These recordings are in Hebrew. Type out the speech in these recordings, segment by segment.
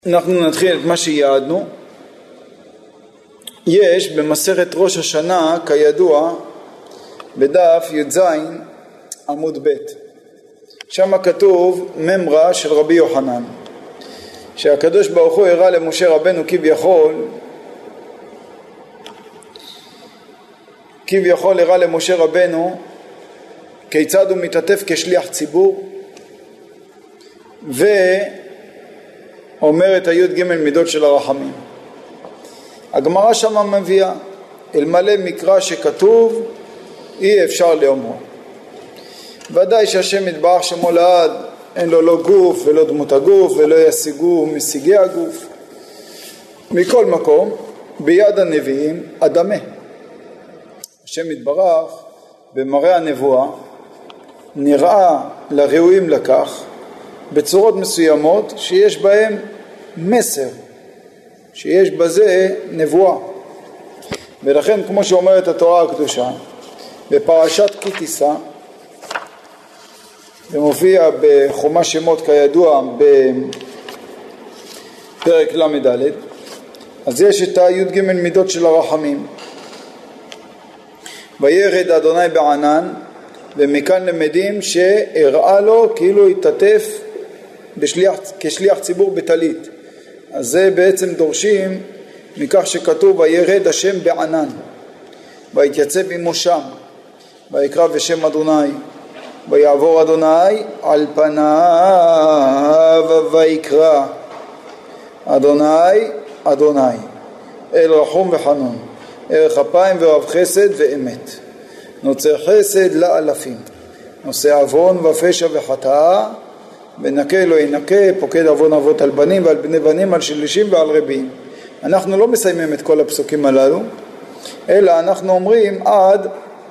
אנחנו נתחיל את מה שיעדנו. יש במסכת ראש השנה כידוע בדף י"ז עמוד ב', שם כתוב ממרה של רבי יוחנן, שהקדוש ברוך הוא הראה למשה רבנו כביכול הראה למשה רבנו כיצד הוא מתעטף כשליח ציבור, ואומר את היוד ג' מידות של הרחמים. הגמרא שם מביאה אלמלא מקרא שכתוב אי אפשר לאומרו. ודאי שהשם יתברך שמו לעד אין לו לא גוף ולא דמות הגוף ולא ישיגו משיגי הגוף. מכל מקום ביד הנביאים אדמה. השם יתברך במראה הנבואה נראה לראויים לכך בצורות מסוימות שיש בהם מסר, שיש בזה נבואה. ולכן כמו שאומרת התורה הקדושה בפרשת כי תישא, ומופיע בחומש שמות כידוע בפרק למד, אז יש את היוד ג' מידות של הרחמים. וירד אדוני בענן, ומכאן למדים שהראה לו כאילו התעטף כשליח ציבור בטלית. אז זה בעצם דורשים מכך שכתוב וירד השם בענן ויתייצב עמו שם ויקרא בשם אדוני ויעבור אדוני על פניו ויקרא אדוני אדוני אל רחום וחנון ערך אפיים ואוהב חסד ואמת נוצר חסד לאלפים נושא עוון ופשע וחטאה ונקה לא ינקה פוקד עוון אבות על בנים ועל בני בנים על שלישים ועל רבים. אנחנו לא מסיימים את כל הפסוקים הללו אלא אנחנו אומרים עד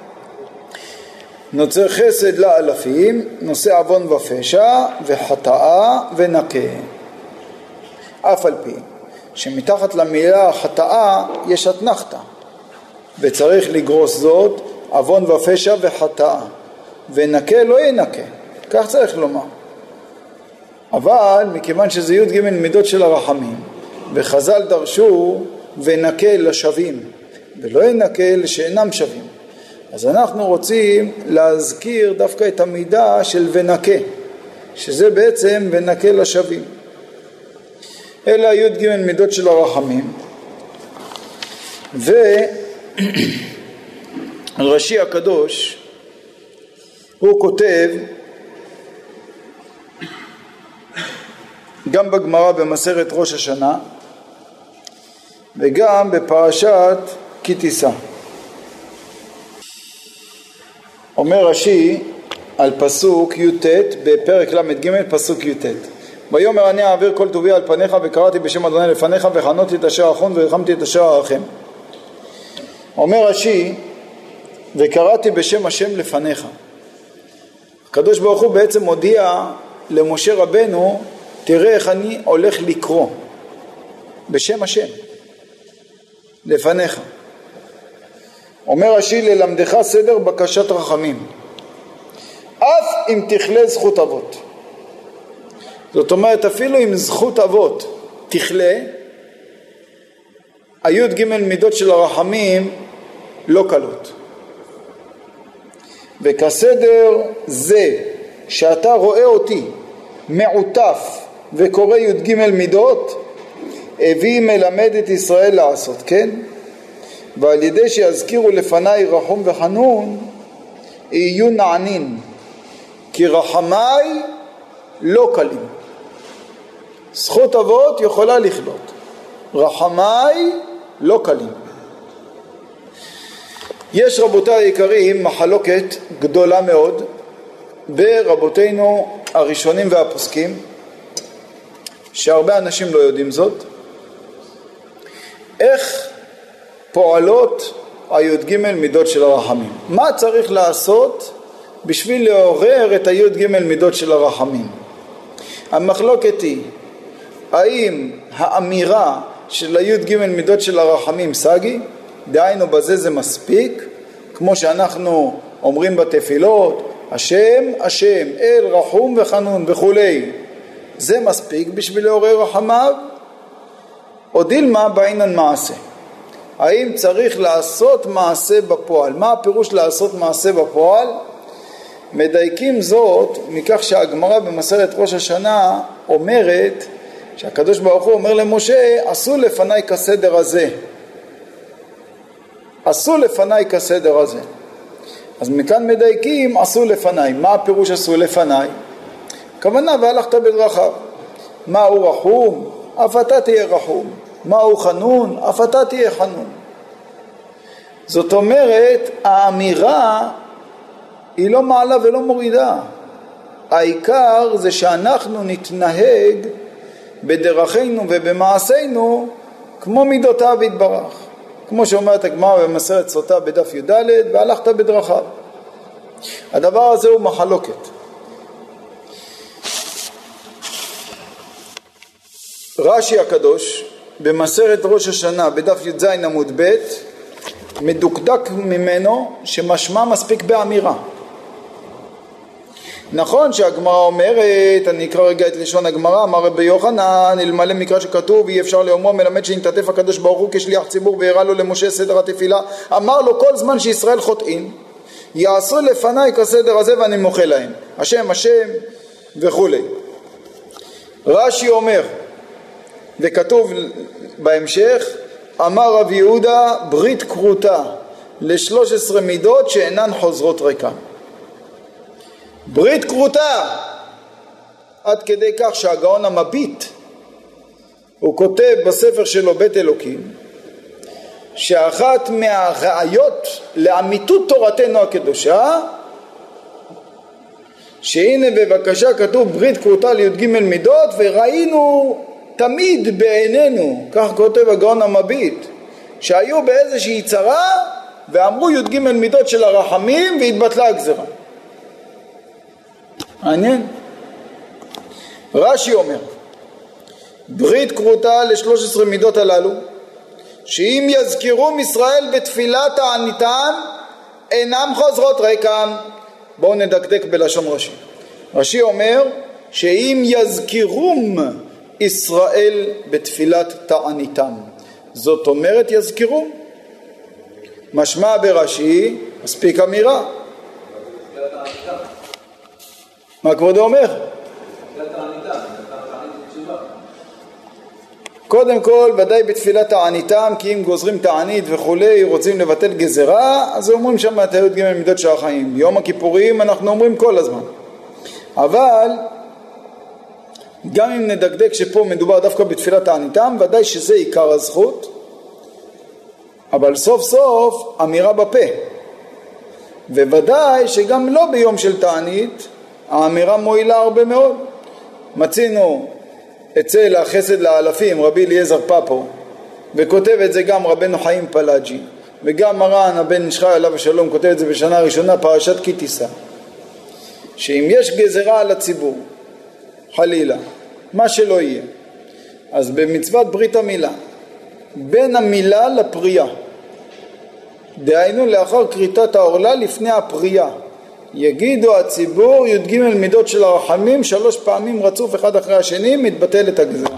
נוצר חסד לאלפים נושא עוון ופשע וחטאה ונקה. אף על פי שמתחת למילה חטאה יש אתנחתא וצריך לגרוס זאת עוון ופשע וחטאה ונקה לא ינקה, כך צריך לומר. אבל מכיוון שזה י' ג' מידות של הרחמים וחז"ל דרשו ונקה לשווים ולא ינקה לשאינם שווים, אז אנחנו רוצים להזכיר דווקא את המידה של ונקה, שזה בעצם ונקה לשווים. אלה י' ג' מידות של הרחמים. ורש"י הקדוש הוא כותב גם בגמרא במסכת ראש השנה וגם בפרשת כי תישא. אומר רש"י על פסוק י"ט בפרק למד פסוק י"ט, ויאמר אני אעביר כל טובי על פניך וקראתי בשם אדוני לפניך וחנותי את אשר אחון ורחמתי את אשר ארחם. אומר רש"י וקראתי בשם השם לפניך. הקדוש ברוך הוא בעצם מודיע למשה רבנו תראה איך אני הולך לקרוא בשם השם לפניך. אומר רש"י ללמדך סדר בקשת רחמים אף אם תכלה זכות אבות. זאת אומרת אפילו אם זכות אבות תכלה היוד ג' מידות של הרחמים לא קלות. וכסדר זה שאתה רואה אותי מעוטף וקורא י' ג' מידות הביא מלמד את ישראל לעשות כן, ועל ידי שיזכירו לפניי רחום וחנון יהיו נענין כי רחמיי לא קלים. זכות אבות יכולה לכלות, רחמיי לא קלים. יש רבותיי היקרים מחלוקת גדולה מאוד ברבותינו הראשונים והפוסקים שהרבה אנשים לא יודעים זאת, איך פועלות היוד ג' מידות של הרחמים. מה צריך לעשות בשביל לעורר את היוד ג' מידות של הרחמים? המחלוקת היא האם האמירה של היוד ג' מידות של הרחמים סגי, דהיינו בזה זה מספיק כמו שאנחנו אומרים בתפילות השם השם אל רחום וחנון וכולי, זה מספיק בשביל לעורר רחמיו, או דילמה בעינן מעשה. האם צריך לעשות מעשה בפועל? מה הפירוש לעשות מעשה בפועל? מדייקים זאת מכך שהגמרא במסכת ראש השנה אומרת שהקדוש ברוך הוא אומר למשה, עשו לפניי כסדר הזה. עשו לפניי כסדר הזה. אז מכאן מדייקים עשו לפניי. מה הפירוש עשו לפניי? כוונה והלכת בדרכיו. מה הוא רחום? אף אתה תהיה רחום. מה הוא חנון? אף אתה תהיה חנון. זאת אומרת, האמירה היא לא מעלה ולא מורידה. העיקר זה שאנחנו נתנהג בדרכינו ובמעשינו כמו מידותיו יתברך. כמו שאומרת הגמרא במסכת סוטה בדף י"ד, והלכת בדרכיו. הדבר הזה הוא מחלוקת. רש"י הקדוש במסכת ראש השנה בדף י"ז עמוד ב' מדוקדק ממנו שמשמע מספיק באמירה. נכון שהגמרא אומרת, אני אקרא רגע את לשון הגמרא, אמר רבי יוחנן, אלמלא מקרא שכתוב אי אפשר לאומרו, מלמד שנתעטף הקדוש ברוך הוא כשליח ציבור והראה לו למשה סדר התפילה, אמר לו כל זמן שישראל חוטאים יעשו לפניי כסדר הזה ואני מוחה להם, השם השם וכו'. רש"י אומר, וכתוב בהמשך, אמר רב יהודה ברית כרותה ל13 מידות שאינן חוזרות ריקה. ברית כרותה עד כדי כך שהגאון המביט הוא כותב בספר שלו בית אלוקים שאחת מהראיות לאמיתות תורתנו הקדושה שהנה בבקשה כתוב ברית כרותה לי"ג מידות וראינו תמיד בעינינו, כך כותב הגאון המביט, שהיו באיזושהי צרה ואמרו י"ג מידות של הרחמים והתבטלה הגזרה. מעניין. רש"י אומר ברית כרותה ל13 מידות הללו שאם יזכירום ישראל בתפילת תעניתם אינם חוזרות ריקם. בואו נדקדק בלשון רש"י. רש"י אומר שאם יזכירום ישראל בתפילת תעניתם, זאת אומרת יזכירום. משמע ברש"י מספיק אמירה. מה כבודו אומר? קודם כל ודאי בתפילת תעניתם, כי אם גוזרים תענית וכולי רוצים לבטל גזרה, אז אומרים שם את י"ג מידות של החיים. ביום הכיפורים אנחנו אומרים כל הזמן. אבל גם אם נדקדק שפה מדובר דווקא בתפילת תעניתם, ודאי שזה עיקר הזכות, אבל סוף סוף אמירה בפה. וודאי שגם לא ביום של תענית האמירה מועילה הרבה מאוד. מצינו אצל החסד לאלפים רבי אליעזר פפו, וכותב את זה גם רבנו חיים פלאג'י, וגם מרן הבן איש חי עליו השלום כותב את זה בשנה הראשונה פרשת כי תישא, שאם יש גזרה על הציבור חלילה מה שלא יהיה, אז במצוות ברית המילה בין המילה לפרייה, דהיינו לאחר כריתת העורלה לפני הפרייה, יגידו הציבור י"ג מידות של הרחמים 3 פעמים רצוף אחד אחרי השני, מתבטלת הגזרה.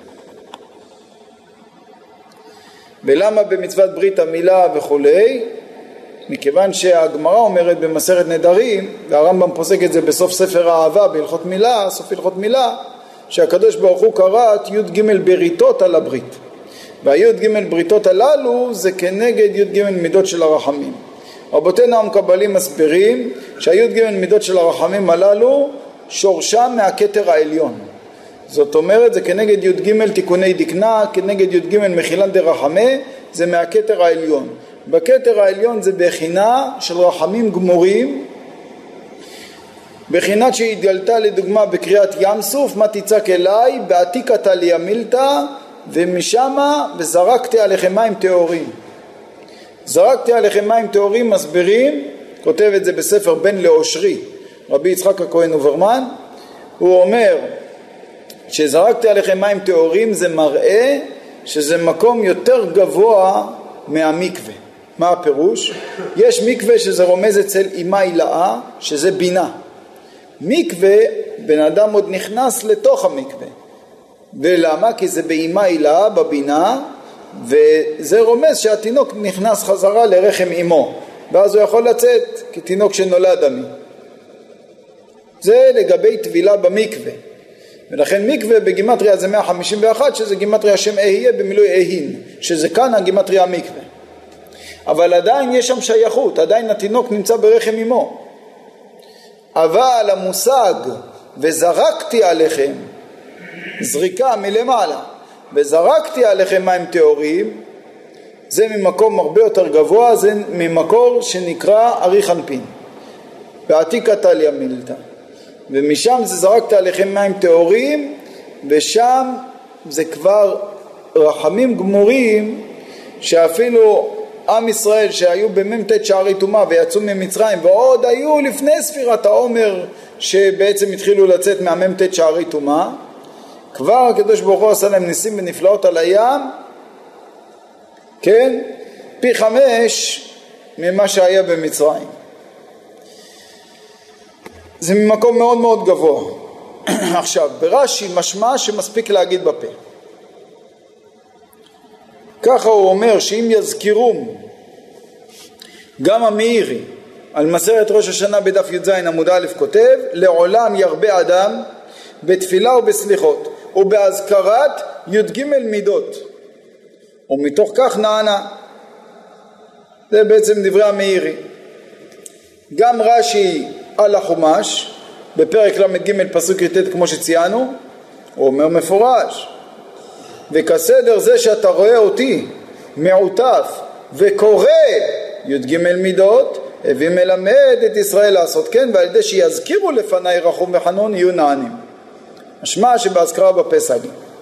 ולמה במצוות ברית המילה וכולי? מכיוון שהגמרא אומרת במסכת נדרים, והרמב"ם פוסק את זה בסוף ספר האהבה בהלכות מילה, סוף הלכות מילה, שהקדוש ברוך הוא קראת י"ג בריתות על הברית, והי"ג בריתות הללו זה כנגד י"ג מידות של הרחמים. רבותינו המקבלים מסבירים שהי"ג מידות של הרחמים הללו שורשם מהכתר העליון, זאת אומרת זה כנגד י"ג תיקוני דקנה, כנגד י"ג מחילן דרחמה, זה מהכתר העליון. בכתר העליון זה בחינה של רחמים גמורים, בחינת שהתגלתה לדוגמה בקריאת ים סוף, מה תצעק אליי בעתיקת עליה מילתא, ומשמה וזרקתי עליכם מים טהורים. זרקתי עליכם מים טהורים, מסבירים, כותב את זה בספר בן לאושרי רבי יצחק הכהן אוברמן, הוא אומר שזרקתי עליכם מים טהורים זה מראה שזה מקום יותר גבוה מהמקווה. מה הפירוש? יש מקווה שזה רומז אצל אמא הילאה שזה בינה. מקווה בן אדם עוד נכנס לתוך המקווה, ולמה? כי זה באימה הילה, בבינה, וזה רומז שהתינוק נכנס חזרה לרחם אמו, ואז הוא יכול לצאת כתינוק שנולד עמי. זה לגבי טבילה במקווה, ולכן מקווה בגימטריה זה 151, שזה גימטריה שם אהיה במילוי אהין, שזה כאן הגימטריה המקווה. אבל עדיין יש שם שייכות, עדיין התינוק נמצא ברחם אמו. אבל המושג וזרקתי עליכם, זריקה מלמעלה, וזרקתי עליכם מים טהורים, זה ממקום הרבה יותר גבוה, זה ממקור שנקרא אריך אנפין, בעתיקה תליה מילתא, ומשם זה זרקתי עליכם מים טהורים, ושם זה כבר רחמים גמורים, שאפילו עם ישראל שהיו במ"ט שערי טומאה ויצאו ממצרים, ועוד היו לפני ספירת העומר שבעצם התחילו לצאת מהמ"ט שערי טומאה, כבר הקדוש ברוך הוא עשה להם ניסים ונפלאות על הים, כן? פי 5 ממה שהיה במצרים. זה ממקום מאוד מאוד גבוה. עכשיו, ברש"י משמע שמספיק להגיד בפה. ככה הוא אומר שאם יזכירום, גם המאירי על מסכת ראש השנה בדף י"ז עמוד א' כותב, לעולם ירבה אדם בתפילה ובסליחות ובהזכרת י"ג מידות, ומתוך כך נענה. זה בעצם דברי המאירי. גם רש"י על החומש בפרק ל"ג פסוק י"ט כמו שציינו, הוא אומר מפורש, וכסדר זה שאתה רואה אותי מעוטף וקורא י"ג מידות, הביא מלמד את ישראל לעשות כן, ועל ידי שיזכירו לפני רחום וחנון יהיו נענים. משמע שבהזכרה בפסח.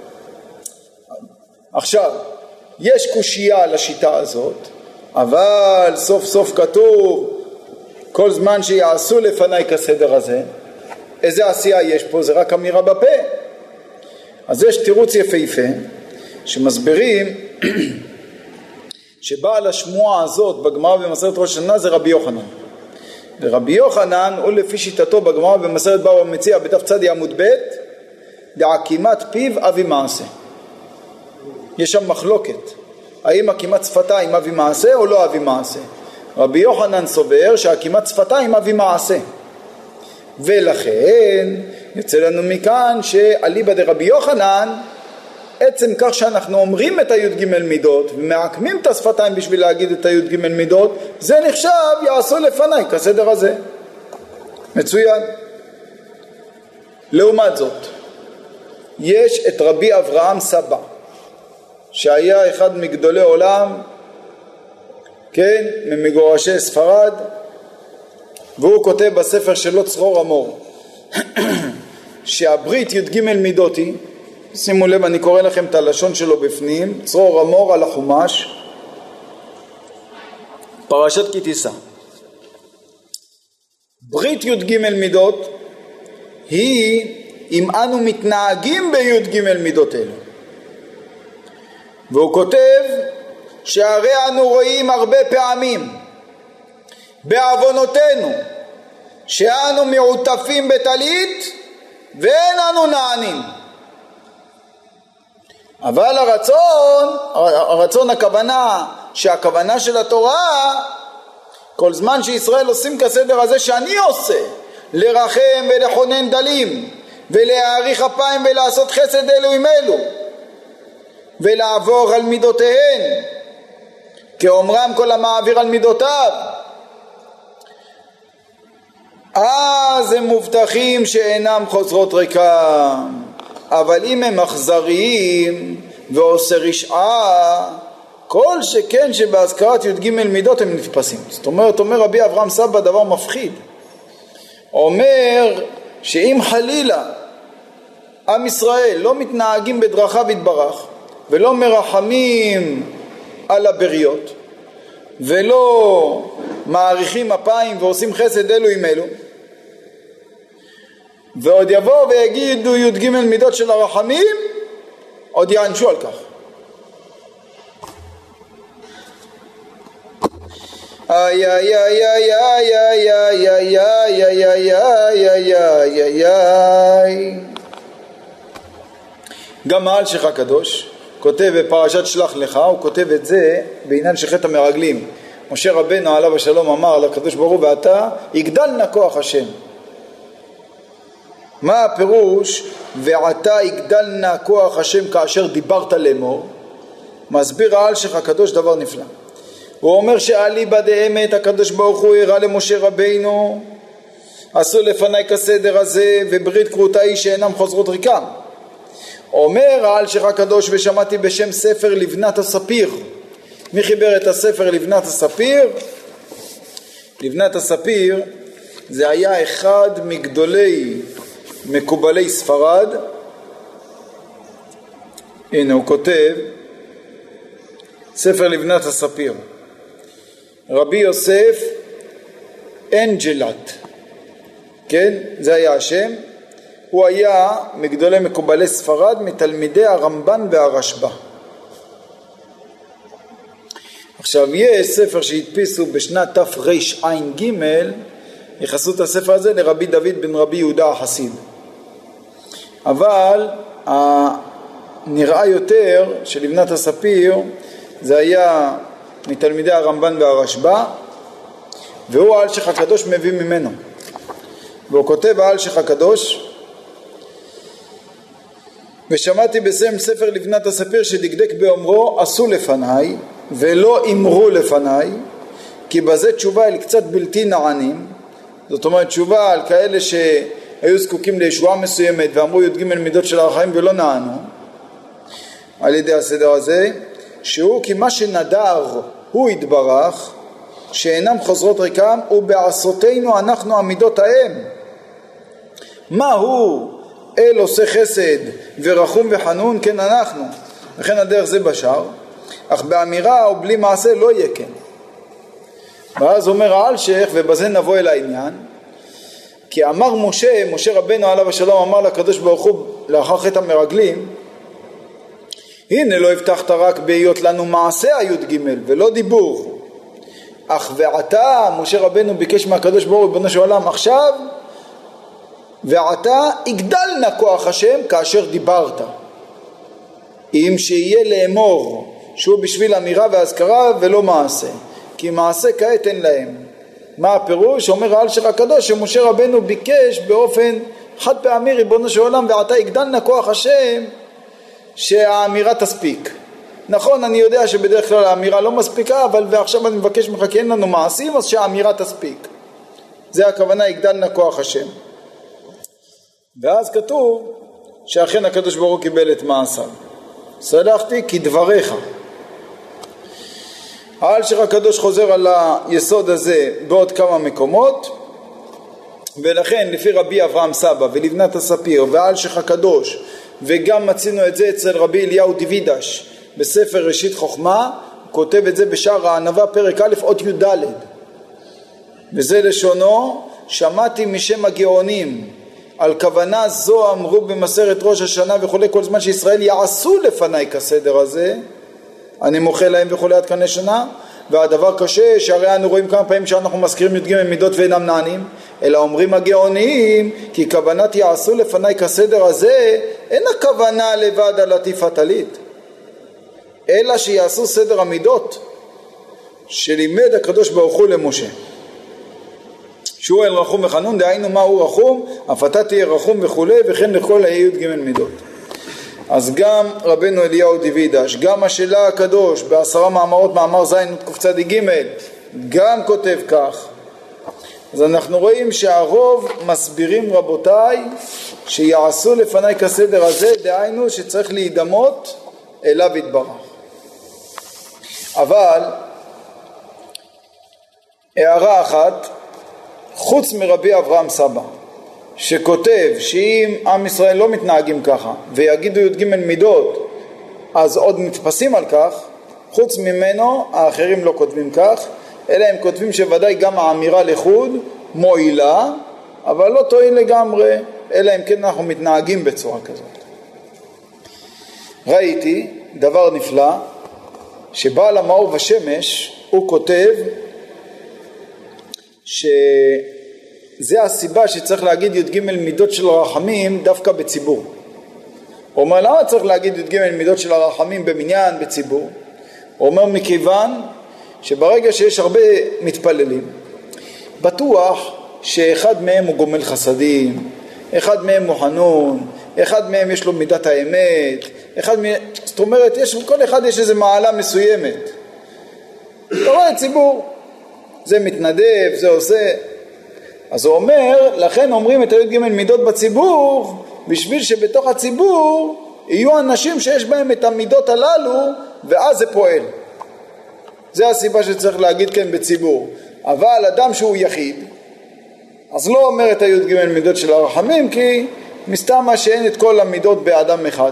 עכשיו, יש קושייה על השיטה הזאת, אבל סוף סוף כתוב כל זמן שיעשו לפני כסדר הזה. איזה עשייה יש פה? זה רק אמירה בפה. אז יש תירוץ יפהפה שמסבירים שבעל השמועה הזאת בגמרא במסכת ראש השנה זה רבי יוחנן. ורבי יוחנן הוא לפי שיטתו בגמרא במסכת בבא מציעא בדף צדי עמוד ב' דעקימת פיו אבי מעשה. יש שם מחלוקת, האם עקימת שפתיים אבי מעשה או לא אבי מעשה. רבי יוחנן סובר שעקימת שפתיים אבי מעשה, ולכן יוצא לנו מכאן שאליבא דרבי יוחנן, עצם כך שאנחנו אומרים את הי"ג מידות ומעקמים את השפתיים בשביל להגיד את הי"ג מידות, זה נחשב יעשו לפני כסדר הזה. מצוין. לעומת זאת, יש את רבי אברהם סבא, שהיה אחד מגדולי עולם, כן, ממגורשי ספרד, והוא כותב בספר שלו צרור המור שהברית י"ג מידות היא, שימו לב, אני קורא לכם את הלשון שלו בפנים, צרור המור על החומש, פרשת כי תישא. ברית י"ג מידות היא אם אנו מתנהגים בי"ג מידות אלו. והוא כותב שהרי אנו רואים הרבה פעמים בעוונותינו שאנו מעוטפים בטלית ואין אנו נענים. אבל הרצון הכוונה, שהכוונה של התורה, כל זמן שישראל עושים כסדר הזה שאני עושה, לרחם ולכונן דלים ולהאריך אפיים ולעשות חסד אלו עם אלו ולעבור על מידותיהן, כאומרם כל המעביר על מידותיו, אז הם מובטחים שאינם חוזרות ריקם. אבל אם הם אכזריים ועושה רשעה, כל שכן שבהזכרת י"ג מידות הם נתפסים. זאת אומרת, אומר רבי אברהם סבא דבר מפחיד, אומר שאם חלילה עם ישראל לא מתנהגים בדרכיו יתברך ולא מרחמים על הבריות ולא מעריכים אפיים ועושים חסד אלו עם אלו, ועוד יבואו ויגידו י"ג מידות של הרחמים, עוד יענשו על כך. איי איי איי איי איי איי איי איי איי איי איי איי איי. גם האלשיך הקדוש כותב בפרשת שלח לך, הוא כותב את זה בעניין של חטא המרגלים. משה רבנו עליו השלום אמר לקדוש ברוך הוא, ואתה יגדל נא כוח השם. מה הפירוש ועתה יגדל נא כוח השם כאשר דיברת לאמור? מסביר האלשיך הקדוש דבר נפלא. הוא אומר שאליבא דאמת הקדוש ברוך הוא הראה למשה רבינו, עשו לפני כסדר הזה וברית כרותה היא שאינם חוזרות ריקם. אומר האלשיך הקדוש, ושמעתי בשם ספר לבנת הספיר. מי חיבר את הספר לבנת הספיר? לבנת הספיר זה היה אחד מגדולי מקובלי ספרד. הנה הוא כותב ספר לבנת הספיר, רבי יוסף אנג'לט, כן, זה היה השם. הוא היה מגדולי מקובלי ספרד, מתלמידי הרמב"ן והרשב"א. עכשיו יש ספר שהדפיסו בשנת תרע"ג, ייחסו את הספר הזה לרבי דוד בן רבי יהודה החסיד, אבל נראה יותר שלבנת הספיר זה היה מתלמידי הרמב"ן והרשב"א, והוא האלשיך הקדוש מביא ממנו. והוא כותב האלשיך הקדוש, ושמעתי בשם ספר לבנת הספיר שדקדק באומרו עשו לפניי ולא אמרו לפניי, כי בזה תשובה אל קצת בלתי נענים. זאת אומרת תשובה על כאלה שהיו זקוקים לישועה מסוימת ואמרו י"ג מידות של החיים ולא נענו על ידי הסדר הזה, שהוא כי מה שנדר הוא יתברך שאינם חוזרות ריקם, ובעשותינו אנחנו המידות ההם. מה הוא אל עושה חסד ורחום וחנון, כן אנחנו, וכן הדרך זה בשאר, אך באמירה או בלי מעשה לא יהיה כן. ואז אומר האלשיך, ובזה נבוא אל העניין, כי אמר משה רבנו עליו השלום אמר לקדוש ברוך הוא לאחר חטא המרגלים, הנה לא הבטחת רק בהיות לנו מעשה הי"ג ולא דיבור, אך ועתה משה רבנו ביקש מהקדוש ברוך הוא ריבונו של עולם, עכשיו ועתה יגדל נא כוח השם כאשר דיברת, אם שיהיה לאמור שהוא בשביל אמירה והזכרה ולא מעשה, כי מעשה כעת אין להם. מה הפירוש? אומר האלשיך הקדוש שמשה רבנו ביקש באופן חד פעמי ריבונו של עולם ועתה יגדל נא כוח השם שהאמירה תספיק. נכון, אני יודע שבדרך כלל האמירה לא מספיקה, אבל ועכשיו אני מבקש ממך כי אין לנו מעשים, אז שהאמירה תספיק. זה הכוונה יגדל נא כוח השם. ואז כתוב שאכן הקדוש ברוך הוא קיבל את מעשיו. סלחתי כדבריך. האלשיך הקדוש חוזר על היסוד הזה בעוד כמה מקומות, ולכן לפי רבי אברהם סבא ולבנת הספיר והאלשיך הקדוש, וגם מצינו את זה אצל רבי אליהו דיווידש בספר ראשית חוכמה, הוא כותב את זה בשער הענווה פרק א' אות י"ד, וזה לשונו, שמעתי משם הגאונים על כוונה זו אמרו במסרת ראש השנה וכולי, כל זמן שישראל יעשו לפני כסדר הזה אני מוחה להם וכולי עד כאן שנה. והדבר קשה שהרי אנו רואים כמה פעמים שאנחנו מזכירים י"ג מידות ואינם נענים, אלא אומרים הגאונים כי כוונת יעשו לפני כסדר הזה אין הכוונה לבד על עטיפת טלית, אלא שיעשו סדר המידות שלימד הקדוש ברוך הוא למשה, שהוא אל רחום וחנון, דהיינו מה הוא רחום, אף אתה תהיה רחום וכולי, וכן לכל י"ג מידות. אז גם רבנו אליהו דיווידש, גם השאלה הקדוש ב10 מאמרות, מאמר ז' קצ"ג, גם כותב כך. אז אנחנו רואים שהרוב מסבירים רבותיי שיעשו לפני כסדר הזה, דהיינו שצריך להידמות אליו יתברך. אבל הערה אחת, חוץ מרבי אברהם סבא שכותב שאם עם ישראל לא מתנהגים ככה ויגידו י"ג מידות אז עוד מתפסים על כך, חוץ ממנו האחרים לא כותבים כך, אלא הם כותבים שוודאי גם האמירה לחוד מועילה אבל לא תועיל לגמרי, אלא אם כן אנחנו מתנהגים בצורה כזאת. ראיתי דבר נפלא שבעל המאור ושמש הוא כותב שזה הסיבה שצריך להגיד י"ג מידות של רחמים דווקא בציבור. הוא אומר, למה צריך להגיד י"ג מידות של הרחמים במניין, בציבור? הוא אומר, מכיוון שברגע שיש הרבה מתפללים, בטוח שאחד מהם הוא גומל חסדים, אחד מהם הוא חנון, אחד מהם יש לו מידת האמת, זאת אומרת, כל אחד יש איזו מעלה מסוימת. אתה רואה ציבור, זה מתנדב, זה עושה. אז הוא אומר, לכן אומרים את הי"ג מידות בציבור, בשביל שבתוך הציבור יהיו אנשים שיש בהם את המידות הללו, ואז זה פועל. זה הסיבה שצריך להגיד כן בציבור. אבל אדם שהוא יחיד, אז לא אומר את הי"ג מידות של הרחמים, כי מסתם מה שאין את כל המידות באדם אחד.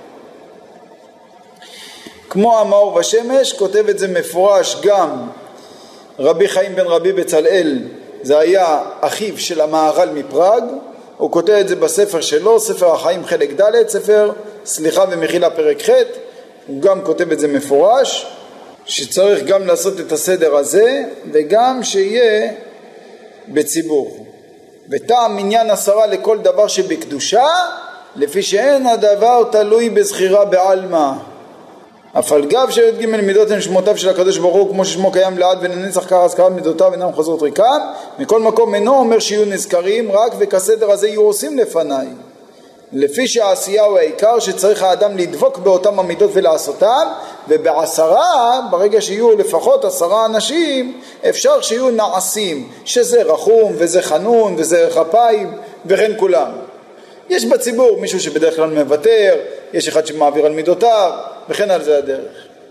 כמו המאור בשמש, כותב את זה מפורש גם רבי חיים בן רבי בצלאל, זה היה אחיו של המהר"ל מפראג, הוא כותב את זה בספר שלו, ספר החיים חלק ד', ספר סליחה ומחילה פרק ח', הוא גם כותב את זה מפורש, שצריך גם לעשות את הסדר הזה, וגם שיהיה בציבור. וטעם עניין 10 לכל דבר שבקדושה, לפי שאין הדבר תלוי בזכירה בעלמא. אף על גב שי"ג מידות הן שמותיו של הקדוש ברוך הוא, כמו ששמו קיים לעד ונצח, כך הזכרת מידותיו אינם חוזרות ריקם. מכל מקום אינו אומר שיהיו נזכרים רק, וכסדר הזה יהיו עושים לפניי. לפי שהעשייה הוא העיקר, שצריך האדם לדבוק באותם המידות ולעשותם, וב10, ברגע שיהיו לפחות 10 אנשים, אפשר שיהיו נעשים, שזה רחום וזה חנון וזה חפיים וכן כולם. יש בציבור מישהו שבדרך כלל מוותר, יש אחד שמעביר על מידותיו, וכן על זה הדרך.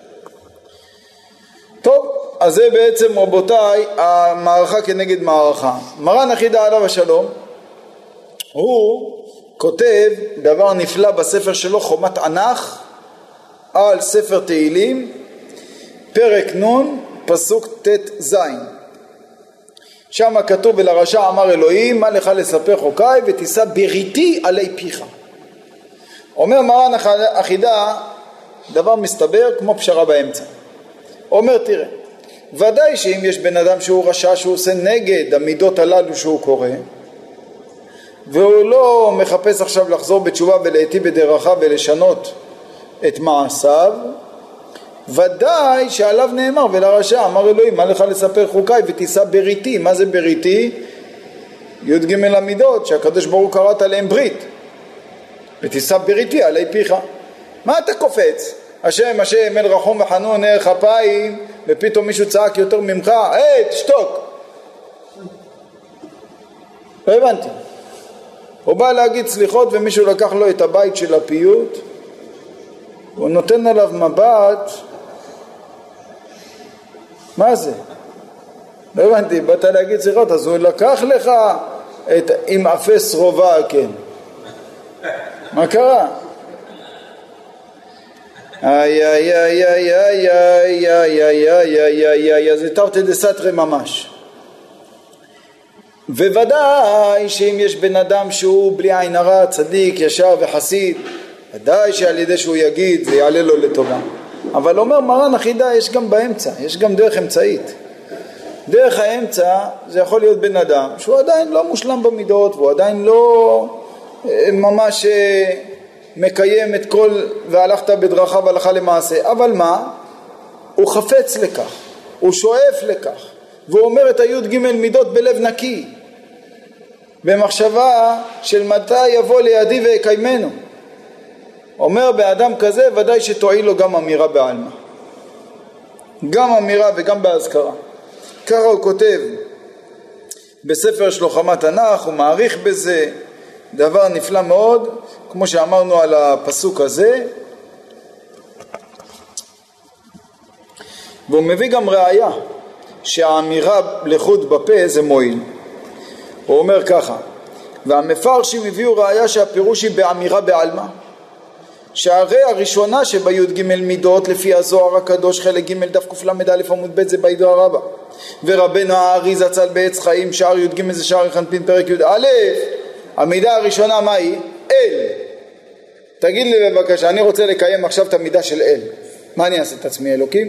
טוב, אז זה בעצם רבותיי המערכה כנגד מערכה. מרן אחידא עליו השלום, הוא כותב דבר נפלא בספר שלו חומת ענך על ספר תהילים, פרק נ' פסוק ט"ז. שם כתוב, ולרשע אמר אלוהים, מה לך לספר חוקיי ותישא בריתי עלי פיך. אומר מרן אחידא, דבר מסתבר כמו פשרה באמצע. אומר, תראה, ודאי שאם יש בן אדם שהוא רשע, שהוא עושה נגד המידות הללו שהוא קורא, והוא לא מחפש עכשיו לחזור בתשובה ולהיטיב בדרכיו ולשנות את מעשיו, ודאי שעליו נאמר, ולרשע אמר אלוהים, מה לך לספר חוקיי ותישא בריתי. מה זה בריתי? י"ג המידות שהקדוש ברוך הוא קראת עליהם ברית, ותישא בריתי עלי פיך. מה אתה קופץ? השם השם אל רחום וחנון אל חפיים, ופתאום מישהו צעק יותר ממך, תשתוק. לא הבנתי. הוא בא להגיד סליחות ומישהו לקח לו את הבית של הפיוט, הוא נותן עליו מבט, מה זה? לא הבנתי, באת להגיד סליחות, אז הוא לקח לך עם אפס רובה, כן. מה קרה? זה תרתי דסתרי ממש. וודאי שאם יש בן אדם שהוא בלי עין הרע, צדיק, ישר וחסיד, ודאי שעל ידי שהוא יגיד זה יעלה לו לטובה. אבל אומר מרן אחידא, יש גם באמצע, יש גם דרך אמצעית. דרך האמצע זה יכול להיות בן אדם שהוא עדיין לא מושלם במידות, והוא עדיין לא ממש מקיים את כל והלכת בדרכיו הלכה למעשה, אבל מה? הוא חפץ לכך, הוא שואף לכך, והוא אומר את הי"ג מידות בלב נקי, במחשבה של מתי יבוא לידי ויקיימנו. אומר באדם כזה ודאי שתועיל לו גם אמירה בעלמא, גם אמירה וגם בהזכרה. ככה הוא כותב בספר שלו חומת ענך, הוא מעריך בזה דבר נפלא מאוד, כמו שאמרנו על הפסוק הזה. והוא מביא גם ראיה שהאמירה לחוד בפה זה מועיל. הוא אומר ככה, והמפרשים הביאו ראיה שהפירוש היא באמירה בעלמא, שהרי הראשונה שבי"ג מידות לפי הזוהר הקדוש חלק ג' דף קל"א עמוד ב' זה בהידרא רבה, ורבנו הארי זצ"ל בעץ חיים שער י"ג זה שער חנפין פרק י"א, המידה הראשונה מה היא? אל. תגיד לי בבקשה, אני רוצה לקיים עכשיו את המידה של אל, מה אני אעשה את עצמי אלוקים?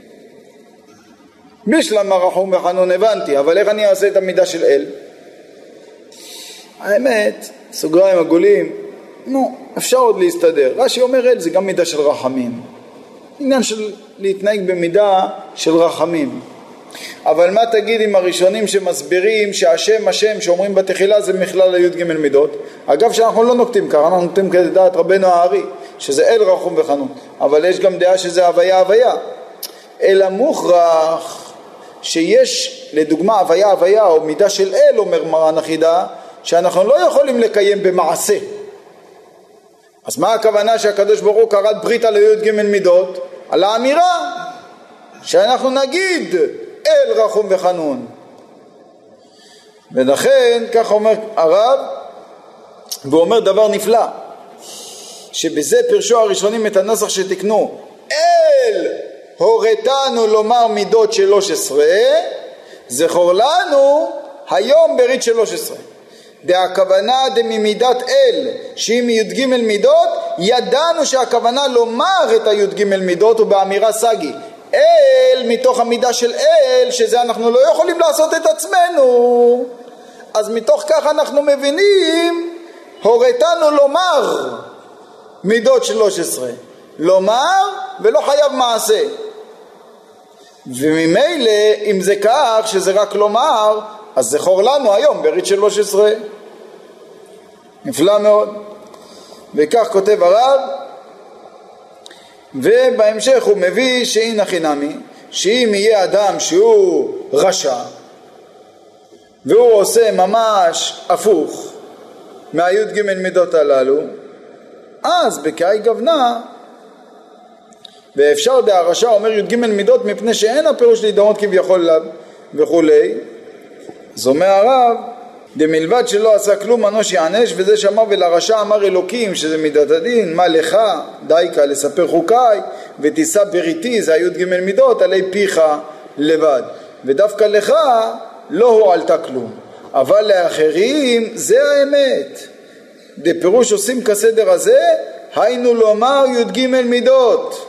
בשלמה רחום וחנון הבנתי, אבל איך אני אעשה את המידה של אל? האמת, סוגריים עגולים, אפשר עוד להסתדר. רש"י אומר זה גם מידה של רחמים, עניין של להתנהג במידה של רחמים. אבל מה תגיד עם הראשונים שמסבירים שהשם שאומרים בתחילה זה מכלל הי' ג' מידות? אגב שאנחנו לא נוקטים ככה, אנחנו נוקטים כדעת רבנו הארי שזה אל רחום וחנון, אבל יש גם דעה שזה הוויה. אלא מוכרח שיש לדוגמה הוויה או מידה של אל, אומר מרן החידה, שאנחנו לא יכולים לקיים במעשה. אז מה הכוונה שהקדוש ברוך הוא כרת ברית על הי' ג' מידות? על האמירה שאנחנו נגיד אל רחום וחנון. ולכן כך אומר הרב, והוא אומר דבר נפלא, שבזה פרשו הראשונים את הנוסח שתקנו, אל הורתנו לומר מידות 13, זכור לנו היום ברית 13. והכוונה דממידת אל שהיא מי"ג מידות, ידענו שהכוונה לומר את הי"ג מידות, ובאמירה סגי אל מתוך המידה של אל, שזה אנחנו לא יכולים לעשות את עצמנו, אז מתוך כך אנחנו מבינים הורתנו לומר מידות 13, לומר ולא חייב מעשה. וממילא אם זה כך שזה רק לומר, אז זכור לנו היום ברית 13. נפלא מאוד. וכך כותב הרב, ובהמשך הוא מביא שאין חינמי, שאם יהיה אדם שהוא רשע והוא עושה ממש הפוך מהי"ג מידות הללו, אז בקאי גוונה, ואפשר דהרשע אומר י"ג מידות מפני שאין הפירוש להידמות כביכול אליו וכולי. אז אומר הרב, דמלבד שלא עשה כלום אנוש יענש, וזה שאמר ולרשע אמר אלוקים שזה מידת הדין, מה לך דייקה לספר חוקיי ותישא בריתי, זה הי"ג מידות עלי פיך לבד, ודווקא לך לא הועלתה כלום, אבל לאחרים זה האמת. דפירוש עושים כסדר הזה, היינו לומר י"ג מידות,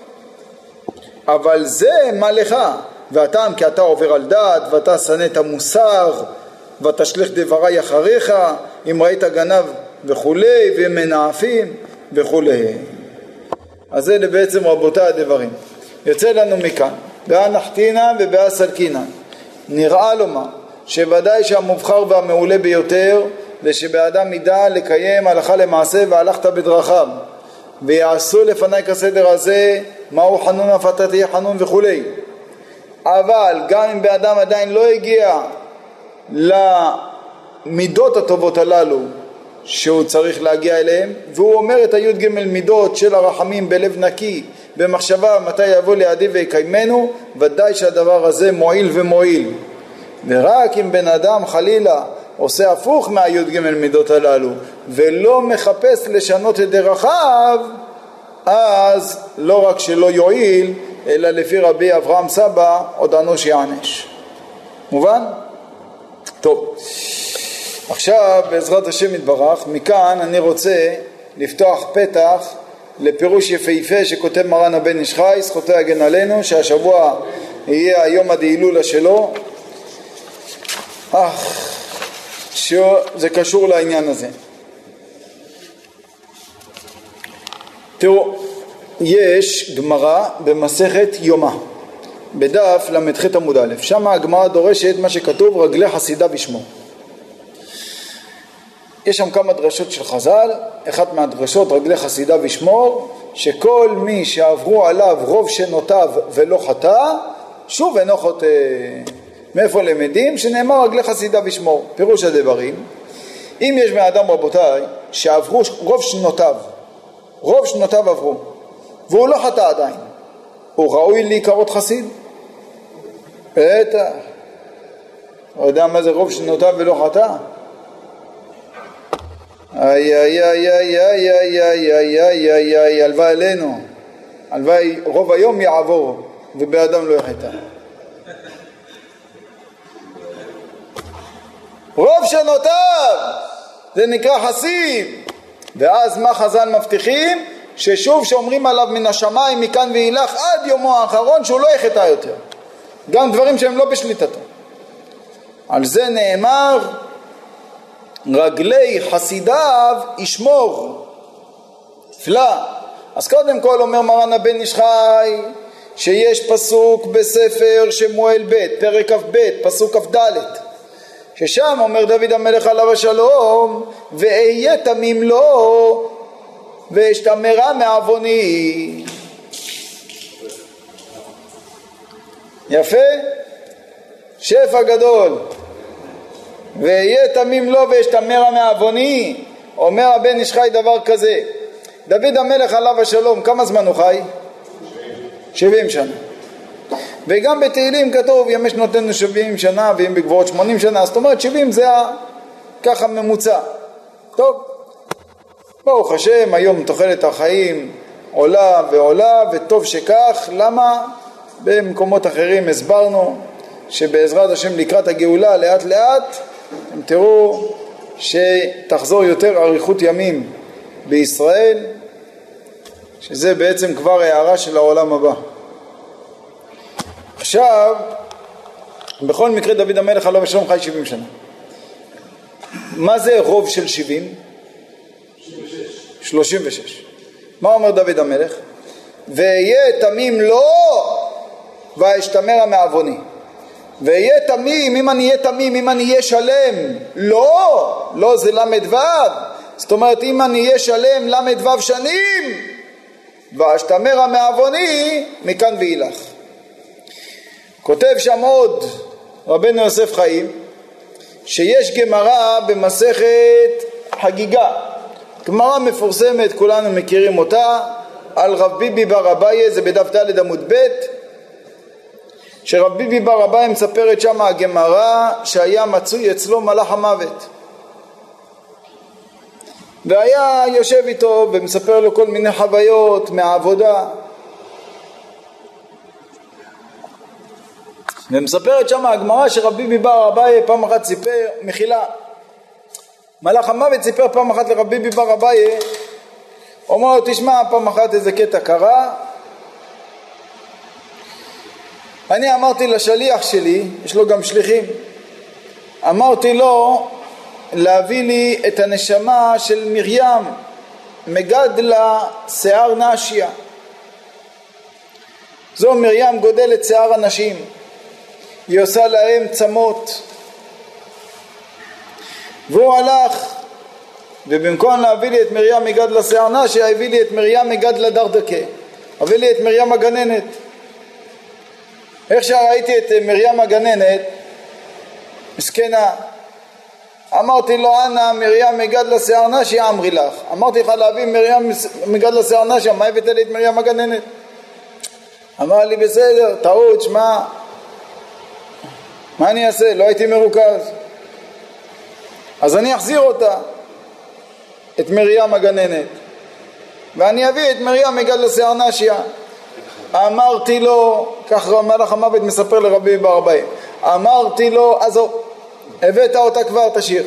אבל זה מה לך, והטעם כי אתה עובר על דעת ואתה שנא את המוסר ותשליך דברי אחריך, אם ראית גנב וכולי ומנאפים וכולי. אז זה בעצם רבותיי הדברים. יוצא לנו מכאן בהנחתינן ובהסלקינן, נראה לומר שוודאי שהמובחר והמעולה ביותר זה שבאדם ידע לקיים הלכה למעשה והלכת בדרכיו, ויעשו לפני כסדר הזה מהו חנון אף אתה תהיה חנון וכולי. אבל גם אם באדם עדיין לא הגיע למידות הטובות הללו שהוא צריך להגיע אליהם, והוא אומר את הי"ג מידות של הרחמים בלב נקי במחשבה מתי יבוא לידי ויקיימנו, ודאי שהדבר הזה מועיל ומועיל. ורק אם בן אדם חלילה עושה הפוך מהי"ג מידות הללו ולא מחפש לשנות את דרכיו, אז לא רק שלא יועיל, אלא לפי רבי אברהם סבא עוד אנוש יענש. מובן? טוב, עכשיו בעזרת השם יתברך, מכאן אני רוצה לפתוח פתח לפירוש יפהפה שכותב מרן הבן איש חי, זכותו יגן עלינו, שהשבוע יהיה היום הדהילולה שלו, שזה קשור לעניין הזה. תראו, יש גמרא במסכת יומא בדף למ"ח עמוד א', שם הגמרא דורשת מה שכתוב רגלי חסידה ושמור. יש שם כמה דרשות של חז"ל, אחת מהדרשות רגלי חסידה ושמור, שכל מי שעברו עליו רוב שנותיו ולא חטא, שוב אינו חוטא. מאיפה למדים? שנאמר רגלי חסידה ושמור. פירוש הדברים, אם יש מאדם רבותיי שעברו רוב שנותיו עברו והוא לא חטא עדיין, הוא ראוי להיקרא חסיד? בטח. לא יודע מה זה רוב שנותיו ולא חטא? הלוואי עלינו, הלוואי רוב היום יעבור ובאדם לא יחטא. רוב שנותיו זה נקרא חסיד. ואז מה חז"ל מבטיחים? ששוב שאומרים עליו מן השמיים מכאן ואילך עד יומו האחרון שהוא לא יחטא יותר, גם דברים שהם לא בשליטתו. על זה נאמר רגלי חסידיו ישמור. נפלא. אז קודם כל אומר מרן הבן איש חי שיש פסוק בספר שמואל ב' פרק כ"ב פסוק כ"ד, ששם אומר דוד המלך עליו השלום ואהיה תמים לו ואשתמרה מעווני. יפה, שפע גדול. ואהיה תמים לו ואשתמרה מעווני. אומר הבן איש חי דבר כזה, דוד המלך עליו השלום כמה זמן הוא חי? 70 שנה. וגם בתהילים כתוב ימי שנותינו 70 שנה ואם בגבורות 80 שנה, זאת אומרת 70 זה ככה ממוצע. טוב, ברוך השם היום תוחלת החיים עולה ועולה וטוב שכך. למה? במקומות אחרים הסברנו שבעזרת השם לקראת הגאולה לאט לאט אתם תראו שתחזור יותר אריכות ימים בישראל, שזה בעצם כבר הערה של העולם הבא. עכשיו, בכל מקרה דוד המלך עליו השלום חי 70 שנה. מה זה רוב של 70? 36. מה אומר דוד המלך? ואהיה תמים לו ואשתמרה מעווני. ואהיה תמים, אם אני אהיה תמים, אם אני אהיה שלם, לא זה למד ו', זאת אומרת אם אני אהיה שלם למד ו' שנים, ואשתמרה מעווני מכאן ואילך. כותב שם עוד רבנו יוסף חיים שיש גמרא במסכת חגיגה, גמרא מפורסמת כולנו מכירים אותה, על רב ביבי בר אביי, זה בדף ד' עמוד ב', שרב ביבי בר אביי מספרת שם הגמרא שהיה מצוי אצלו מלאך המוות, והיה יושב איתו ומספר לו כל מיני חוויות מהעבודה, ומספרת שם הגמרא שרב ביבי בר אביי פעם אחת סיפר, מחילה, מלאך המוות סיפר פעם אחת לרב ביבי בר אביי, אומר לו תשמע, פעם אחת איזה קטע קרה, אני אמרתי לשליח שלי, יש לו גם שליחים, אמרתי לו להביא לי את הנשמה של מרים מגדלה שיער נשיה. זו מרים גודלת שיער הנשים, היא עושה להם צמות. והוא הלך, ובמקום להביא לי את מרים מגדלה שיער נשיה, הביא לי את מרים מגדלה דרדקה, הביא לי את מרים הגננת. איך שראיתי את מרים הגננת מסכנה, אמרתי לו אנא מרים מגדלה שיער נשיה אמרי לך, אמרתי לך להביא מרים מגדלה שיער נשיה, מה הבאת לי את מרים הגננת? אמר לי בסדר, טעות, שמע, מה אני אעשה? לא הייתי מרוכז, אז אני אחזיר אותה, את מרים הגננת, ואני אביא את מרים מגדלה שיער נשיה. אמרתי לו, כך מלאך המוות מספר לרבי בר אביי, אמרתי לו עזוב, הבאת אותה כבר, תשאיר.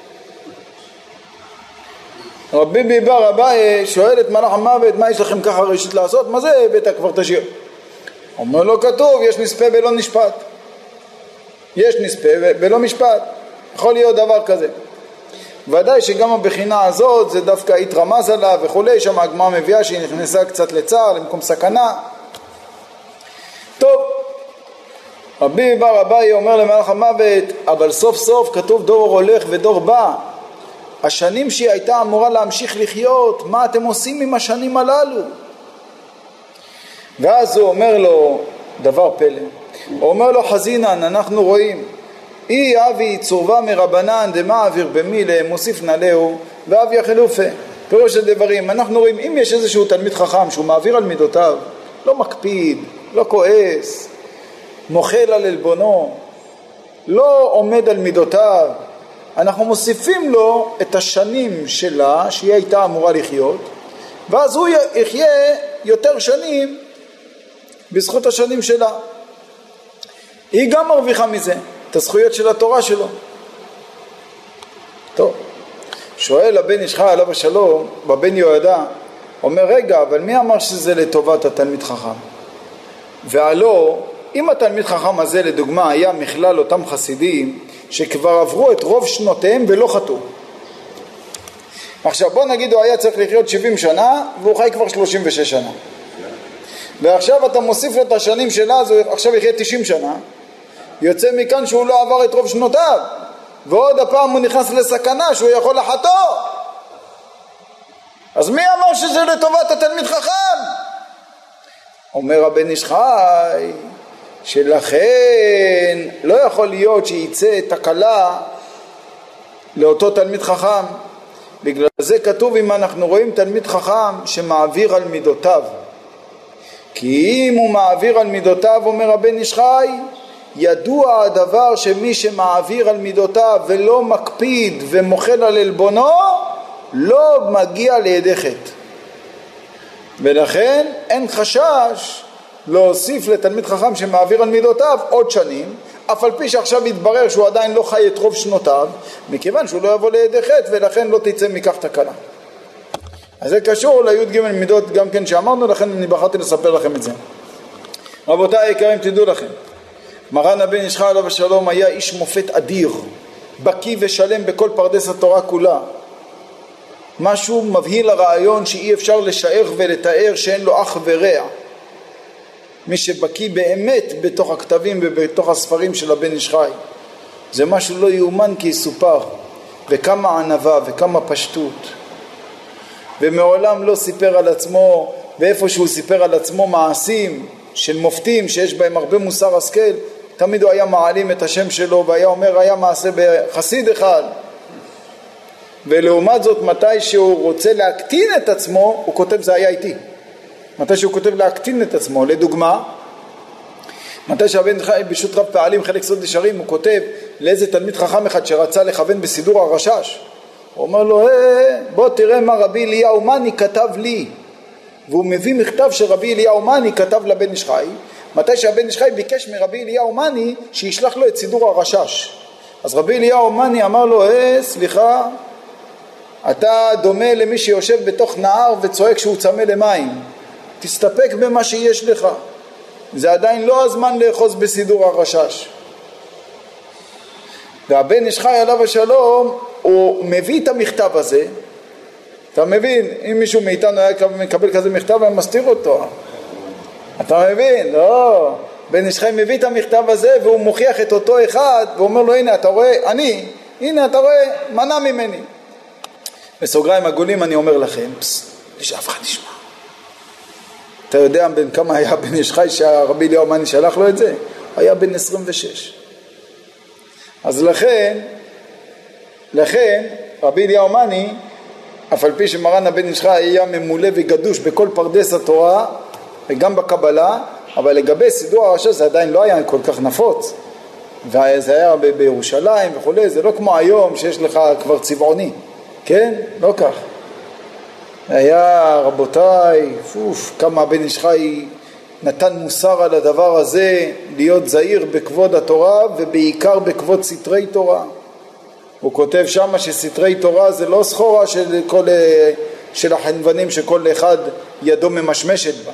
רבי בר אביי שואל את מלאך המוות, מה יש לכם ככה רשות לעשות? מה זה הבאת כבר, תשאיר? אומר לו כתוב יש נספה בלא נשפט, יש נספה בלא משפט, יכול להיות דבר כזה. ודאי שגם הבחינה הזאת זה דווקא התרמז עליו וכולי, שם הגמרא מביאה שהיא נכנסה קצת לצער, למקום סכנה. טוב, רבי בר אביי אומר למלאך המוות, אבל סוף סוף כתוב דור הולך ודור בא, השנים שהיא הייתה אמורה להמשיך לחיות, מה אתם עושים עם השנים הללו? ואז הוא אומר לו דבר פלא, הוא אומר לו חזינן, אנחנו רואים אי אבי צורבה מרבנן דמעביר במילה מוסיף נלהו ואבי החלופה. פירוש של דברים, אנחנו רואים אם יש איזשהו תלמיד חכם שהוא מעביר על מידותיו, לא מקפיד, לא כועס, מוחל על עלבונו, לא עומד על מידותיו, אנחנו מוסיפים לו את השנים שלה שהיא הייתה אמורה לחיות, ואז הוא יחיה יותר שנים בזכות השנים שלה. היא גם מרוויחה מזה את הזכויות של התורה שלו. טוב, שואל הבן איש חי עליו השלום בבן יהוידע, אומר רגע, אבל מי אמר שזה לטובת התלמיד חכם? והלא אם התלמיד חכם הזה לדוגמה היה מכלל אותם חסידים שכבר עברו את רוב שנותיהם ולא חטאו, עכשיו בוא נגיד הוא היה צריך לחיות 70 שנה והוא חי כבר 36 שנה. ועכשיו אתה מוסיף לו את השנים שלה, אז הוא עכשיו יחיה 90 שנה, יוצא מכאן שהוא לא עבר את רוב שנותיו, ועוד הפעם הוא נכנס לסכנה שהוא יכול לחטוא. אז מי אמר שזה לטובת התלמיד חכם? אומר הבן איש חי שלכן לא יכול להיות שיצא תקלה לאותו תלמיד חכם. בגלל זה כתוב אם אנחנו רואים תלמיד חכם שמעביר על מידותיו, כי אם הוא מעביר על מידותיו, אומר הבן איש חי, ידוע הדבר שמי שמעביר על מידותיו ולא מקפיד ומוחל על אלבונו לא מגיע לידי חטא. ולכן אין חשש להוסיף לתלמיד חכם שמעביר על מידותיו עוד שנים, אף על פי שעכשיו יתברר שהוא עדיין לא חי את רוב שנותיו, מכיוון שהוא לא יבוא לידי חטא, ולכן לא תצא מכך תקלה. אז זה קשור לי"ג מידות גם כן שאמרנו, לכן אני בחרתי לספר לכם את זה. רבותיי היקרים, תדעו לכם, מרן הבן איש חי עליו השלום היה איש מופת אדיר, בקיא ושלם בכל פרדס התורה כולה. משהו מבהיל הרעיון שאי אפשר לשער ולתאר, שאין לו אח ורע. מי שבקיא באמת בתוך הכתבים ובתוך הספרים של הבן איש חי, זה משהו לא יאומן כי יסופר, וכמה ענווה וכמה פשטות. ומעולם לא סיפר על עצמו, ואיפה שהוא סיפר על עצמו מעשים של מופתים שיש בהם הרבה מוסר השכל, תמיד הוא היה מעלים את השם שלו והיה אומר היה מעשה בחסיד אחד. ולעומת זאת מתי שהוא רוצה להקטין את עצמו הוא כותב זה היה איתי. מתי שהוא כותב להקטין את עצמו, לדוגמה מתי שהבן חי בשו"ת רב פעלים חלק סוד ישרים, הוא כותב לאיזה תלמיד חכם אחד שרצה לכוון בסידור הרשש, הוא אומר לו בוא תראה מה רבי אליהו מני כתב לי, והוא מביא מכתב שרבי אליהו מני כתב לבן איש חי. מתי שהבן איש חי ביקש מרבי אליהו מני שישלח לו את סידור הרשש, אז רבי אליהו מני אמר לו סליחה, אתה דומה למי שיושב בתוך נהר וצועק שהוא צמא למים, תסתפק במה שיש לך, זה עדיין לא הזמן לאחוז בסידור הרשש. והבן איש חי עליו השלום הוא מביא את המכתב הזה, אתה מבין, אם מישהו מאיתנו היה מקבל כזה מכתב היה מסתיר אותו, אתה מבין? לא, בן איש חי מביא את המכתב הזה והוא מוכיח את אותו אחד ואומר לו הנה אתה רואה הנה אתה רואה מנע ממני. בסוגריים עגולים אני אומר לכם, שאף אחד נשמע, אתה יודע בין כמה היה בן איש חי שהרבי אליהו מני שלח לו את זה? היה בן 26. אז לכן רבי אליהו מני, אף על פי שמרן הבן איש חי היה ממולא וגדוש בכל פרדס התורה וגם בקבלה, אבל לגבי סידור הרשש זה עדיין לא היה כל כך נפוץ, וזה היה בירושלים וכו', זה לא כמו היום שיש לך כבר צבעוני, כן? לא כך. היה רבותיי, כמה הבן איש חי נתן מוסר על הדבר הזה, להיות זהיר בכבוד התורה ובעיקר בכבוד סתרי תורה. הוא כותב שם שסתרי תורה זה לא סחורה של החנוונים שכל אחד ידו ממשמשת בה.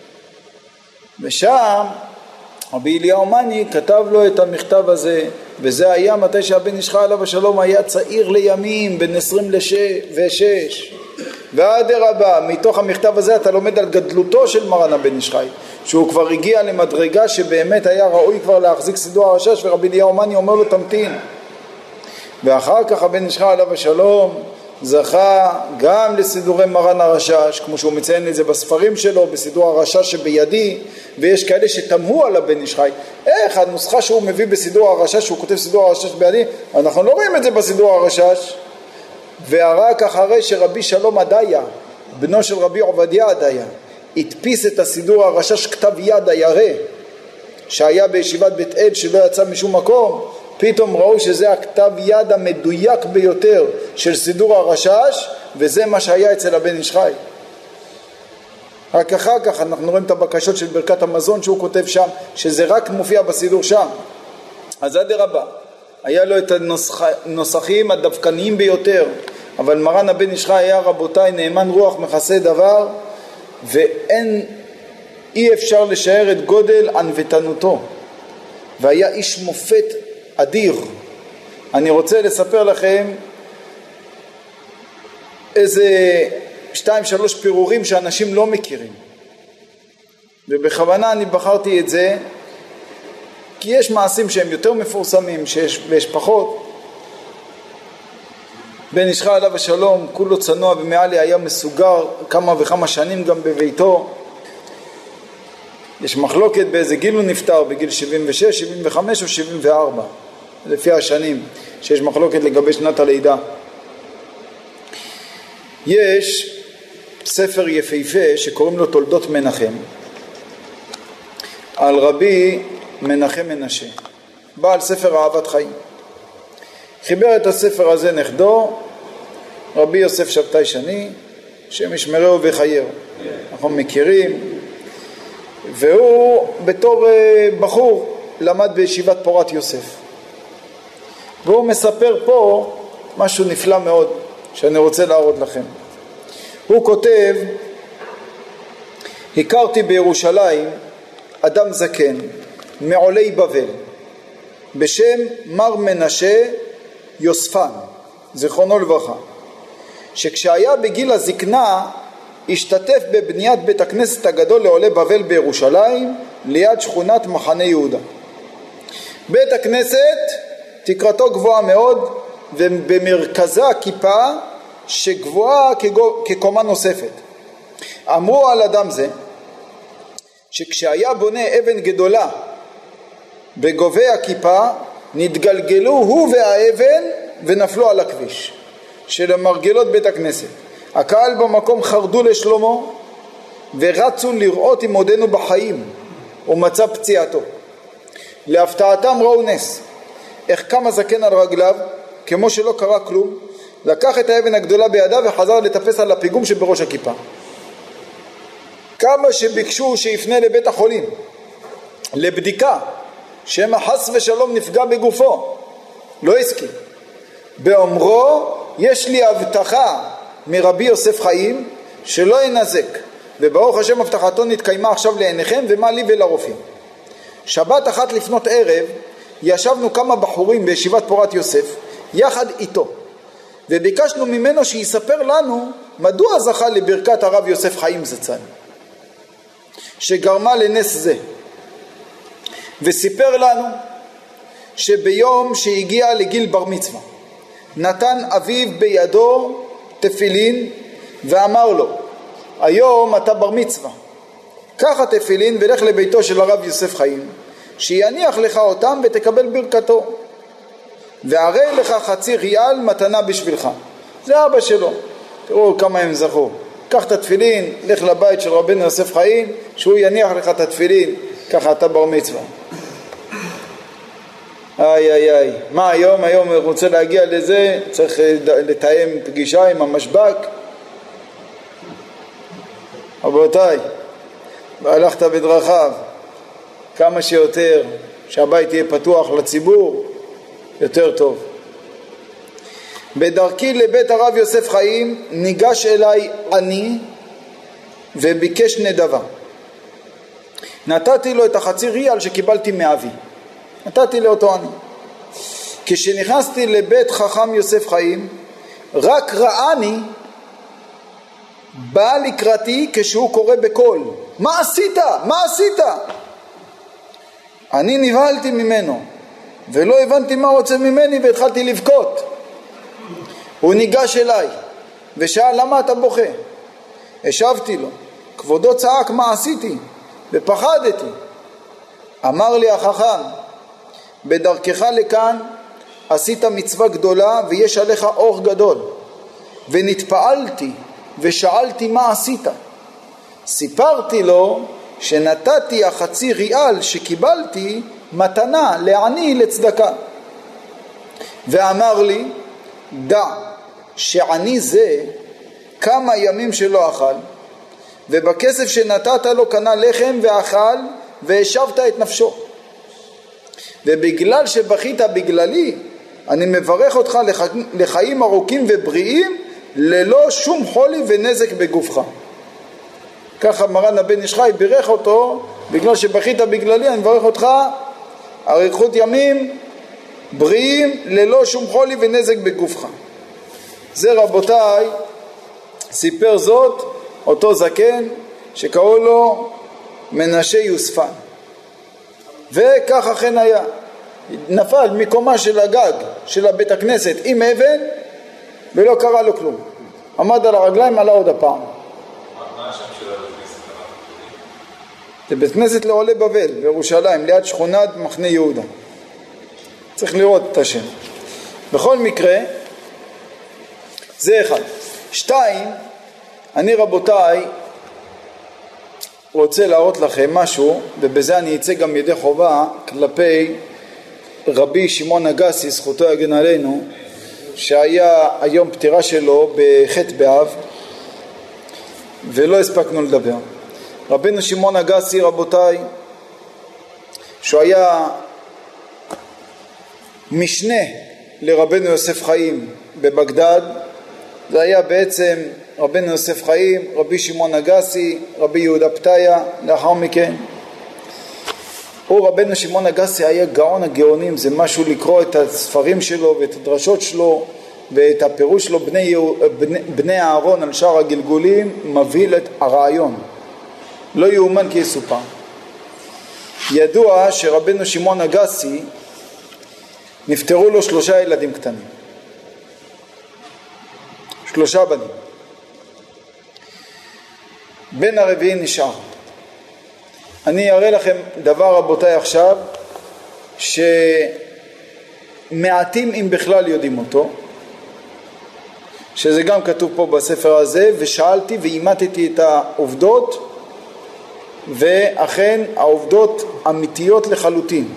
ושם רבי אליהו מני כתב לו את המכתב הזה, וזה היה מתי שהבן איש חי עליו השלום היה צעיר לימים, בן 26. ואדרבה, מתוך המכתב הזה אתה לומד על גדלותו של מרן הבן איש חי, שהוא כבר הגיע למדרגה שבאמת היה ראוי כבר להחזיק סידור הרשש, ורבי אליהו מני אומר לו תמתין. ואחר כך הבן איש חי עליו השלום זכה גם לסידורי מרן הרשש, כמו שהוא מציין את זה בספרים שלו, בסידור הרשש שבידי, ויש כאלה שתמהו על הבן איש חי, איך הנוסחה שהוא מביא בסידור הרשש, שהוא כותב סידור הרשש בידי, אנחנו לא רואים את זה בסידור הרשש. ורק אחרי שרבי שלום עדיה, בנו של רבי עובדיה עדיה, הדפיס את הסידור הרשש כתב יד הירא, שהיה בישיבת בית אל שלא יצא משום מקום, פתאום ראו שזה הכתב יד המדויק ביותר של סידור הרשש, וזה מה שהיה אצל הבן איש חי. רק אחר כך אנחנו רואים את הבקשות של ברכת המזון שהוא כותב שם, שזה רק מופיע בסידור שם. אז אדרבה, היה לו את הנוסחים הדווקניים ביותר, אבל מרן הבן איש חי היה רבותיי נאמן רוח מכסה דבר, אי אפשר לשער את גודל ענוותנותו, והיה איש מופת אדיר. אני רוצה לספר לכם איזה 2-3 פירורים שאנשים לא מכירים, ובכוונה אני בחרתי את זה כי יש מעשים שהם יותר מפורסמים ויש פחות. בן איש חי עליו השלום כולו צנוע ומעלי, היה מסוגר כמה וכמה שנים גם בביתו. יש מחלוקת באיזה גיל הוא נפטר, בגיל 76, 75 או 74, לפי השנים שיש מחלוקת לגבי שנת הלידה. יש ספר יפהפה שקוראים לו תולדות מנחם, על רבי מנחם מנשה, בעל ספר אהבת חיים. חיבר את הספר הזה נכדו רבי יוסף שבתאי שני, שם ישמרהו ויחייהו, אנחנו מכירים, והוא בתור בחור למד בישיבת פורת יוסף, והוא מספר פה משהו נפלא מאוד שאני רוצה להראות לכם. הוא כותב, הכרתי בירושלים אדם זקן מעולי בבל בשם מר מנשה יוספן, זיכרונו לברכה, שכשהיה בגיל הזקנה השתתף בבניית בית הכנסת הגדול לעולי בבל בירושלים ליד שכונת מחנה יהודה. בית הכנסת תקרתו גבוהה מאוד ובמרכזה כיפה שגבוהה כקומה נוספת. אמרו על אדם זה שכשהיה בונה אבן גדולה בגובי הכיפה נתגלגלו הוא והאבן ונפלו על הכביש של מרגלות בית הכנסת. הקהל במקום חרדו לשלמה ורצו לראות אם עודנו בחיים ומצא פציעתו. להפתעתם ראו נס, איך קם הזקן על רגליו כמו שלא קרה כלום, לקח את האבן הגדולה בידיו וחזר לטפס על הפיגום שבראש הכיפה. כמה שביקשו שיפנה לבית החולים לבדיקה שמא חס ושלום נפגע בגופו, לא הסכים. באומרו יש לי הבטחה מרבי יוסף חיים שלא ינזק, וברוך השם הבטחתו נתקיימה עכשיו לעיניכם, ומה לי ולרופאים. שבת אחת לפנות ערב ישבנו כמה בחורים בישיבת פורת יוסף יחד איתו, וביקשנו ממנו שיספר לנו מדוע זכה לברכת הרב יוסף חיים זצ"ל שגרמה לנס זה. וסיפר לנו שביום שהגיע לגיל בר מצווה נתן אביו בידו תפילין ואמר לו, היום אתה בר מצווה, קח התפילין ולך לביתו של הרב יוסף חיים שיניח לך אותם ותקבל ברכתו, והרי לך חצי ריאל מתנה בשבילך. זה אבא שלו, תראו כמה הם זכו. קח את התפילין, לך לבית של רבנו יוסף חיים שהוא יניח לך את התפילין, ככה אתה בר מצווה. איי, מה היום רוצה להגיע לזה, צריך לתאם פגישה עם המשבק. רבותיי, והלכת בדרכיו כמה שיותר שהבית יהיה פתוח לציבור יותר טוב. בדרכי לבית הרב יוסף חיים ניגש אליי אני וביקש נדבה. נתתי לו את החצי ריאל שקיבלתי מאבי, נתתי לאותו אני. כשנכנסתי לבית חכם יוסף חיים רק ראני, בא לקראתי כשהוא קורא בקול, מה עשית? מה עשית? אני נבהלתי ממנו ולא הבנתי מה רוצה ממני והתחלתי לבכות. הוא ניגש אליי ושאל, למה אתה בוכה? השבתי לו, כבודו צעק מה עשיתי ופחדתי. אמר לי החכם, בדרכך לכאן עשית מצווה גדולה ויש עליך אור גדול, ונתפעלתי ושאלתי מה עשית. סיפרתי לו שנתתי החצי ריאל שקיבלתי מתנה לעני לצדקה, ואמר לי, דע שעני זה כמה ימים שלא אכל, ובכסף שנתת לו קנה לחם ואכל והשבת את נפשו, ובגלל שבכית בגללי אני מברך אותך לחיים ארוכים ובריאים ללא שום חולי ונזק בגופך. ככה מרן הבן איש חי בירך אותו, בגלל שבכית בגללי אני מברך אותך אריכות ימים בריאים ללא שום חולי ונזק בגופך. זה רבותיי סיפר זאת אותו זקן שקראו לו מנשה יוספן, וכך אכן היה. נפל מקומה של הגג של הבית הכנסת עם אבן ולא קרה לו כלום, עמד על הרגליים, עלה עוד הפעם. מה השם של הבית כנסת? זה בית כנסת לעולי בבל בירושלים, ליד שכונת מחנה יהודה. צריך לראות את השם. בכל מקרה, זה אחד. 2, אני רבותיי רוצה להראות לכם משהו, ובזה אני אצא גם ידי חובה כלפי רבי שמעון אגסי, זכותו יגן עלינו, שהיה היום פטירה שלו בח' באב ולא הספקנו לדבר. רבינו שמעון אגסי, רבותיי, שהוא היה משנה לרבנו יוסף חיים בבגדד, זה היה בעצם רבנו יוסף חיים, רבי שמעון אגסי, רבי יהודה פתיה לאחר מכן. רבנו שמעון אגסי היה גאון הגאונים, זה משהו לקרוא את הספרים שלו ואת הדרשות שלו ואת הפירוש שלו, בני אהרון על שאר הגלגולים, מבהיל את הרעיון, לא יאומן כי יסופר. ידוע שרבנו שמעון אגסי נפטרו לו 3 ילדים קטנים, 3 בנים, בן הרביעי נשאר. אני אראה לכם דבר רבותיי עכשיו שמעטים אם בכלל יודעים אותו, שזה גם כתוב פה בספר הזה, ושאלתי ואימתתי את העובדות, ואכן העובדות אמיתיות לחלוטין.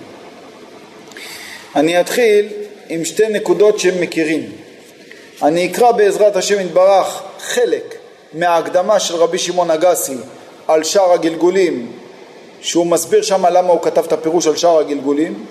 אני אתחיל עם 2 נקודות שהם מכירים. אני אקרא בעזרת השם יתברך חלק מההקדמה של רבי שמעון אגסי על שאר הגלגולים, שהוא מסביר שם למה הוא כתב את הפירוש על שאר הגלגולים.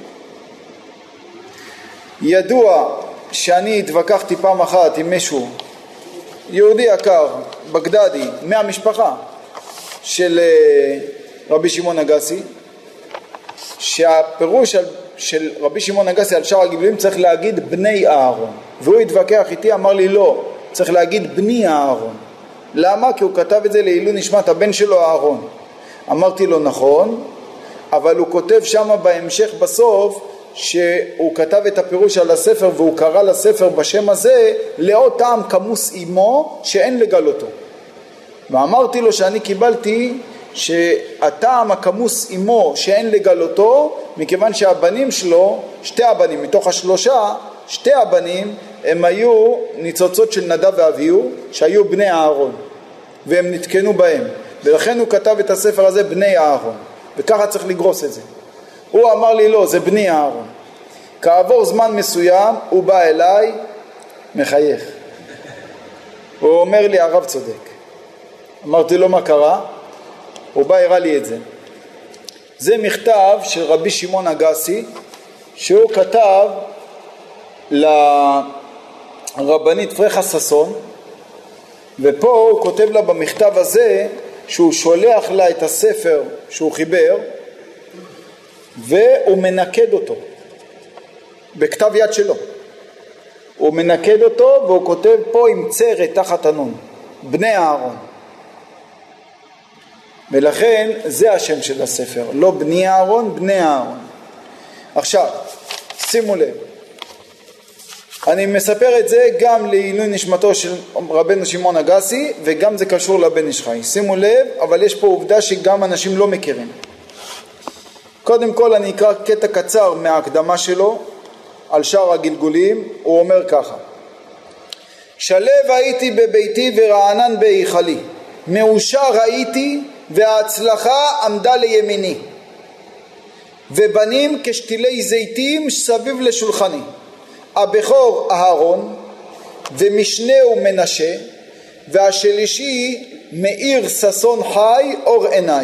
ידוע שאני התווכחתי פעם אחת עם מישהו, יהודי יקר, בגדדי, מהמשפחה של רבי שמעון אגסי, שהפירוש של רבי שמעון אגסי על שאר הגלגולים צריך להגיד בני אהרון, והוא התווכח איתי, אמר לי לא, צריך להגיד בני אהרון. למה? כי הוא כתב את זה לעילוי נשמת הבן שלו אהרון. אמרתי לו נכון, אבל הוא כותב שם בהמשך בסוף שהוא כתב את הפירוש על הספר והוא קרא לספר בשם הזה לעוד טעם כמוס אמו שאין לגלותו. ואמרתי לו שאני קיבלתי שהטעם הכמוס אמו שאין לגלותו מכיוון שהבנים שלו, 2 הבנים מתוך 3, 2 הבנים הם היו ניצוצות של נדב ואביהו שהיו בני אהרון והם נתקנו בהם, ולכן הוא כתב את הספר הזה בני אהרון, וככה צריך לגרוס את זה. הוא אמר לי לא, זה בני אהרון. כעבור זמן מסוים הוא בא אליי מחייך, הוא אומר לי הרב צודק. אמרתי לו מה קרה? הוא בא הראה לי את זה. זה מכתב של רבי שמעון אגסי שהוא כתב לרבנית פרחה ששון, ופה הוא כותב לה במכתב הזה שהוא שולח לה את הספר שהוא חיבר והוא מנקד אותו בכתב יד שלו, הוא מנקד אותו והוא כותב פה עם צרת תחת הנון בני אהרון, ולכן זה השם של הספר, לא בני אהרון, בני אהרון. עכשיו שימו לב, אני מספר את זה גם לעילוי נשמתו של רבנו שמעון אגסי, וגם זה קשור לבן איש חי. שימו לב, אבל יש פה עובדה שגם אנשים לא מכירים. קודם כל אני אקרא קטע קצר מההקדמה שלו על שאר הגלגולים. הוא אומר ככה: שלב הייתי בביתי ורענן בהיכלי, מאושר הייתי וההצלחה עמדה לימיני, ובנים כשתילי זיתים סביב לשולחני, הבכור אהרון ומשנהו מנשה, והשלישי מאיר ששון חי אור עיניי.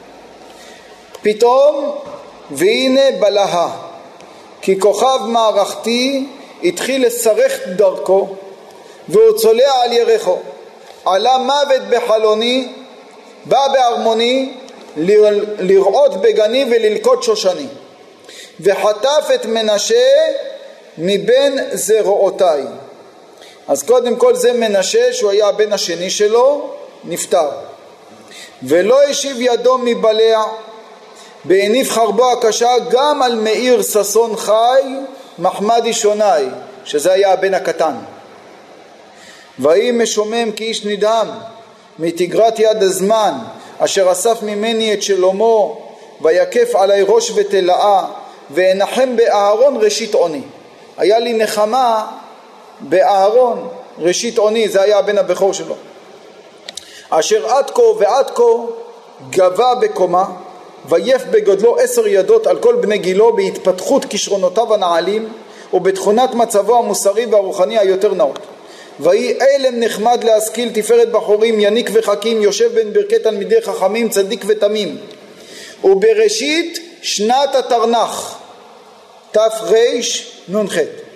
פתאום והנה בלהה, כי כוכב מערכתי התחיל לשרך דרכו והוא צולע על ירחו, עלה מוות בחלוני, בא בארמוני לראות בגני וללקוט שושני, וחטף את מנשה מבין זרועותיי, אז קודם כל זה מנשה שהוא היה הבן השני שלו, נפטר. ולא השיב ידו מבלע, בהניף חרבו הקשה גם על מאיר ששון חי מחמדי שוני, שזה היה הבן הקטן. ויהי משומם כאיש נדהם מתגרת יד הזמן אשר אסף ממני את שלמה, ויקף עלי ראש ותלאה, ואנחם באהרון ראשית עוני. היה לי נחמה באהרון ראשית עוני, זה היה הבן הבכור שלו. אשר עד כה ועד כה גבה בקומה, ויף בגודלו 10 ידות על כל בני גילו, בהתפתחות כישרונותיו הנעלים ובתכונת מצבו המוסרי והרוחני היותר נאות. ויהי אלם נחמד להשכיל, תפארת בחורים, יניק וחכים, יושב בין ברכי תלמידי חכמים, צדיק ותמים. ובראשית שנת התרנ"ח תרנ"ח,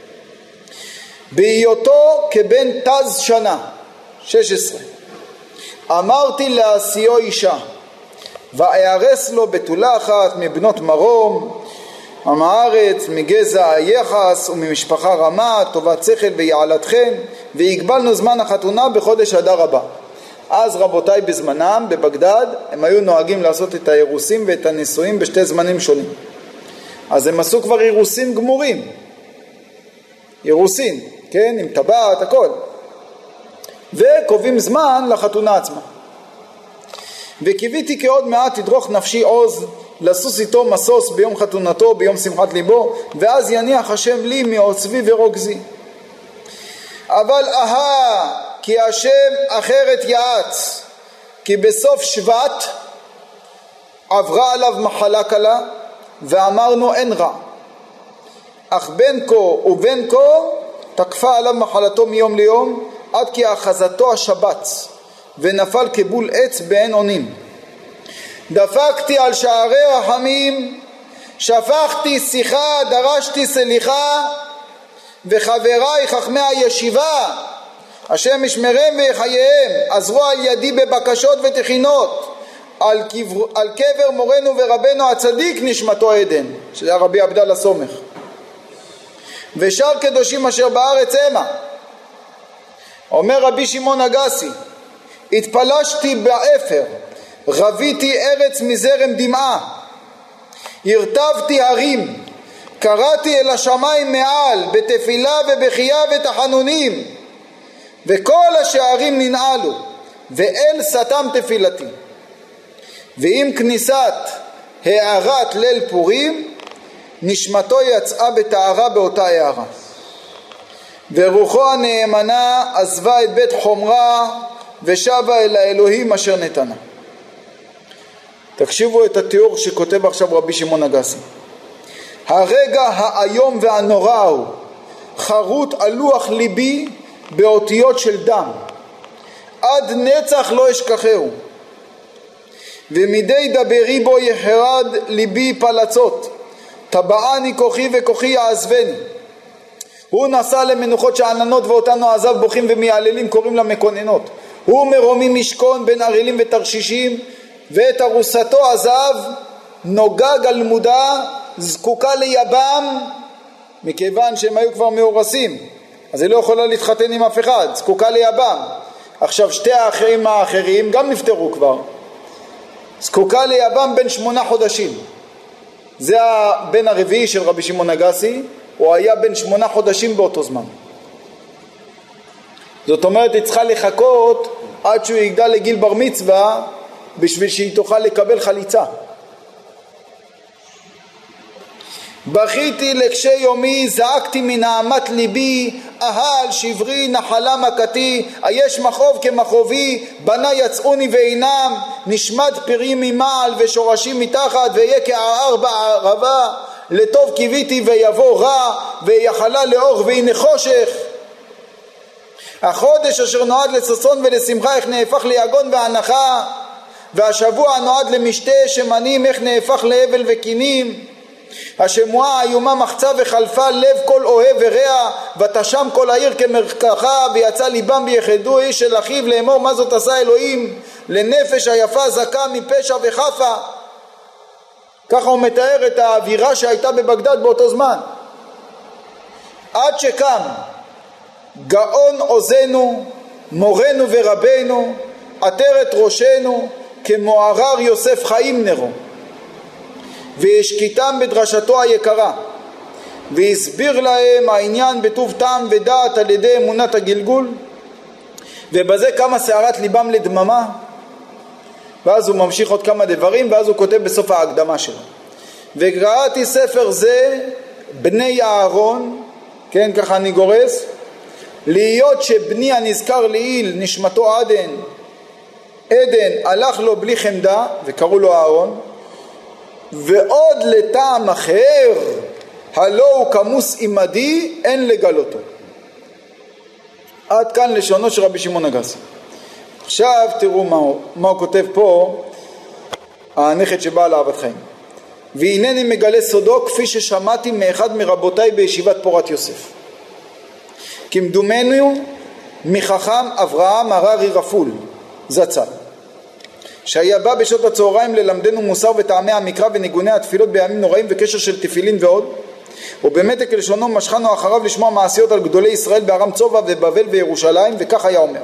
בהיותו כבן תז שנה 16, אמרתי לעשיו אישה, ואארס לו בתולה אחת מבנות מרום עם הארץ, מגזע היחס וממשפחה רמה, טובת שכל ויעלת חן, והגבלנו זמן החתונה בחודש אדר הבא. אז רבותיי, בזמנם בבגדד הם היו נוהגים לעשות את האירוסים ואת הנישואים בשתי זמנים שונים. אז הם עשו כבר אירוסים גמורים, אירוסים, כן, עם טבעת, הכל, וקובעים זמן לחתונה עצמה. וקיוויתי כי עוד מעט תדרוך נפשי עוז לסוס איתו מסוס ביום חתונתו, ביום שמחת ליבו, ואז יניח השם לי מעוצבי ורוגזי. אבל כי השם אחרת יעץ, כי בסוף שבט עברה עליו מחלה קלה, ואמרנו אין רע, אך בין כה ובין כה תקפה עליו מחלתו מיום ליום, עד כי אחזתו השבץ, ונפל כבול עץ בעין אונים. דפקתי על שערי רחמים, שפכתי שיחה, דרשתי סליחה, וחבריי חכמי הישיבה השם ישמרם ויחייהם עזרו על ידי בבקשות ותחינות על קבר מורנו ורבנו הצדיק נשמתו עדן, שזה רבי עבדאללה סומך, ושאר קדושים אשר בארץ המה. אומר רבי שמעון אגסי, התפלשתי באפר, רביתי ארץ מזרם דמעה, הרטבתי הרים, קראתי אל השמיים מעל בתפילה ובחייה ותחנונים, וכל השערים ננעלו, ואל סתם תפילתי. ועם כניסת הערת ליל פורים נשמתו יצאה בטהרה באותה הערה, ורוחו הנאמנה עזבה את בית חומרה ושבה אל האלוהים אשר נתנה. תקשיבו את התיאור שכותב עכשיו רבי שמעון אגסי. הרגע האיום והנורא הוא חרוט על לוח ליבי באותיות של דם, עד נצח לא אשכחהו, ומדי דברי בו יחרד ליבי פלצות, טבעני כוחי וכוחי יעזבני. הוא נסע למנוחות שעננות ואותנו עזב בוכים ומייעללים קוראים למקוננות. הוא מרומי משכון בין ערלים ותרשישים, ואת ארוסתו עזב נוגה גלמודה זקוקה ליבם, מכיוון שהם היו כבר מאורסים אז היא לא יכולה להתחתן עם אף אחד, זקוקה ליבם. עכשיו שתי האחרים האחרים גם נפטרו כבר, זקוקה ליבם בן 8 חודשים. זה הבן הרביעי של רבי שמעון אגסי, הוא היה בן 8 חודשים באותו זמן. זאת אומרת היא צריכה לחכות עד שהוא יגדל לגיל בר מצווה בשביל שהיא תוכל לקבל חליצה. בכיתי לקשי יומי, זעקתי מנעמת ליבי, אהל שברי נחלה מכתי, היש מחוב כמחובי, בנה יצאוני ואינם, נשמד פרי ממעל ושורשים מתחת, ויהיה כערער בערבה, לטוב קיוויתי ויבוא רע, ויחלה לאור והנה חושך. החודש אשר נועד לששון ולשמחה איך נהפך ליגון והנחה, והשבוע נועד למשתה שמנים איך נהפך לאבל וקינים. השמועה האיומה מחצה וחלפה, לב כל אוהב ורע, ותשם כל העיר כמרקחה, ויצא ליבם ביחדו איש של אחיו לאמור מה זאת עשה אלוהים לנפש היפה זכה מפשע וחפה. ככה הוא מתאר את האווירה שהייתה בבגדד באותו זמן. עד שקם גאון עוזנו, מורנו ורבנו, עטרת ראשנו, כמוערר יוסף חיים נרו, והשקיטם בדרשתו היקרה, והסביר להם העניין בטוב טעם ודעת על ידי אמונת הגלגול, ובזה קמה שערת ליבם לדממה. ואז הוא ממשיך עוד כמה דברים, ואז הוא כותב בסוף ההקדמה שלו, וקראתי ספר זה בני אהרון, כן, ככה אני גורס, להיות שבני הנזכר לעיל נשמתו עדן הלך לו בלי חמדה, וקראו לו אהרון, ועוד לטעם אחר הלא הוא כמוס עמדי אין לגלותו. עד כאן לשונו של רבי שמעון אגסי. עכשיו תראו מה הוא כותב פה, הנכד שבא לאהבת חיים. והנני מגלה סודו כפי ששמעתי מאחד מרבותיי בישיבת פורת יוסף, כמדומנו מחכם אברהם הררי רפול זצ"ל, שהיה בא בשעות הצהריים ללמדנו מוסר וטעמי המקרא וניגוני התפילות בימים נוראים וקשר של תפילין ועוד, ובמתק לשונו משכנו אחריו לשמוע מעשיות על גדולי ישראל בארם צובע ובבל וירושלים, וכך היה אומר: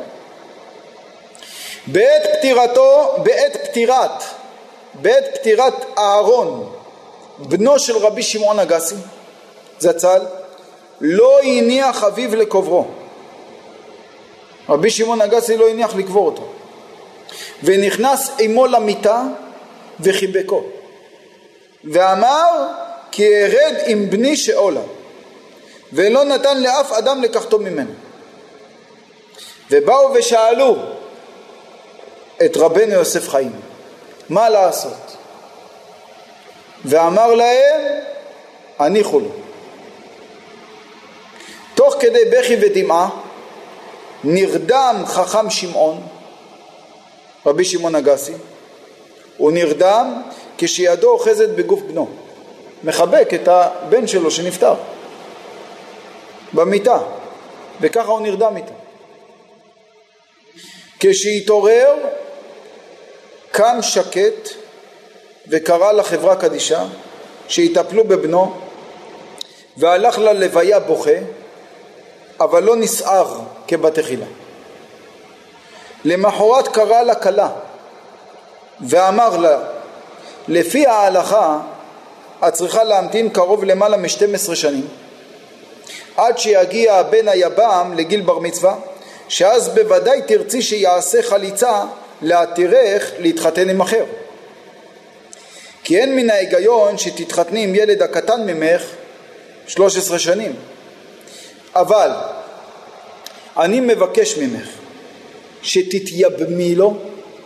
בעת פטירת אהרון בנו של רבי שמעון אגסי זצ"ל, לא הניח אביו לקוברו. רבי שמעון אגסי לא הניח לקבור אותו, ונכנס עמו למיטה וחיבקו, ואמר כי ארד עם בני שאולה, ולא נתן לאף אדם לקחתו ממנו. ובאו ושאלו את רבנו יוסף חיים מה לעשות, ואמר להם הניחו לו. תוך כדי בכי ודמעה נרדם חכם שמעון, רבי שמעון אגסי, הוא נרדם כשידו אוחזת בגוף בנו, מחבק את הבן שלו שנפטר במיטה, וככה הוא נרדם איתה. כשהתעורר קם שקט וקרא לחברה קדישה שיטפלו בבנו, והלך ללוויה בוכה, אבל לא נסער כבתחילה. למחרת קרא לה כלה ואמר לה, לפי ההלכה את צריכה להמתין קרוב למעלה מ-12 שנים עד שיגיע הבן היבם לגיל בר מצווה, שאז בוודאי תרצי שיעשה חליצה להתירך להתחתן עם אחר, כי אין מן ההיגיון שתתחתני עם ילד הקטן ממך 13 שנים. אבל אני מבקש ממך שתתייבמי לו,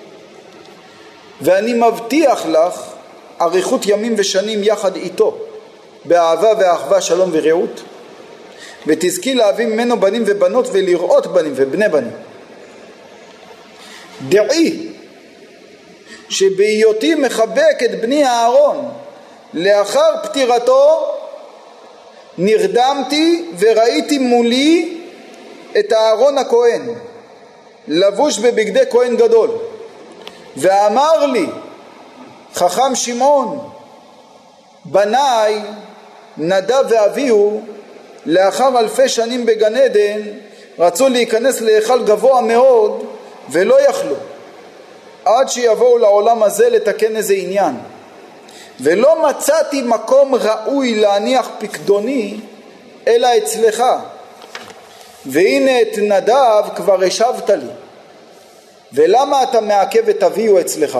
ואני מבטיח לך אריכות ימים ושנים יחד איתו באהבה ואחווה, שלום ורעות, ותזכי להביא ממנו בנים ובנות ולראות בנים ובני בנים. דעי שבהיותי מחבק את בני אהרון לאחר פטירתו נרדמתי וראיתי מולי את אהרון הכהן לבוש בבגדי כהן גדול, ואמר לי חכם שמעון, בניי נדב ואביהו לאחר אלפי שנים בגן עדן רצו להיכנס להיכל גבוה מאוד ולא יכלו, עד שיבואו לעולם הזה לתקן איזה עניין, ולא מצאתי מקום ראוי להניח פקדוני אלא אצלך, והנה את נדב כבר השבת לי, ולמה אתה מעכב את אביהו אצלך?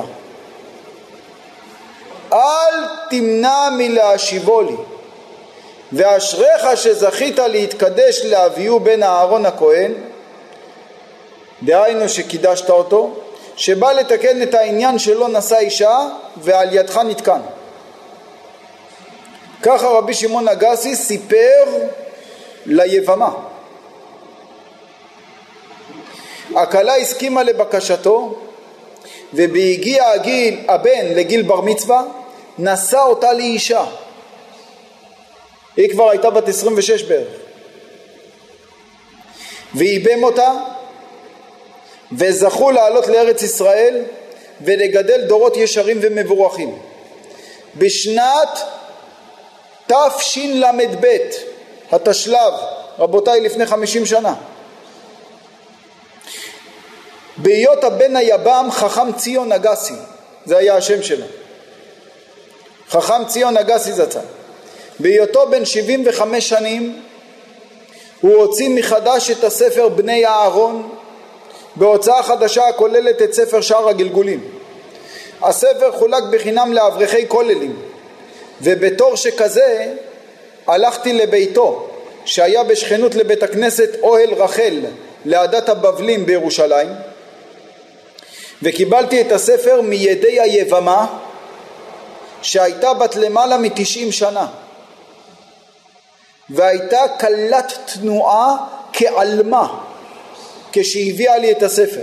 אל תמנע מלהשיבו לי, ואשריך שזכית להתקדש לאביהו בן אהרון הכהן, דהיינו שקידשת אותו, שבא לתקן את העניין שלא נשא אישה ועל ידך נתקן. ככה רבי שמעון אגסי סיפר ליבמה. הכלה הסכימה לבקשתו, ובהגיע הבן לגיל בר מצווה נשא אותה לאישה. היא כבר הייתה בת 26 בערך, ואיבם אותה, וזכו לעלות לארץ ישראל ולגדל דורות ישרים ומבורכים. בשנת תשל"ב, התשל"ב, רבותיי, לפני 50 שנה, בהיות הבן היבם חכם ציון אגסי, זה היה השם שלו, חכם ציון אגסי זצ"ל. בהיותו בן 75 שנים הוא הוציא מחדש את הספר בני אהרון בהוצאה חדשה הכוללת את ספר שער הגלגולים. הספר חולק בחינם לאברכי כוללים, ובתור שכזה הלכתי לביתו שהיה בשכנות לבית הכנסת אוהל רחל לעדת הבבלים בירושלים, וקיבלתי את הספר מידי היבמה שהייתה בת למעלה מ90 שנה והייתה קלת תנועה כעלמה כשהביאה לי את הספר.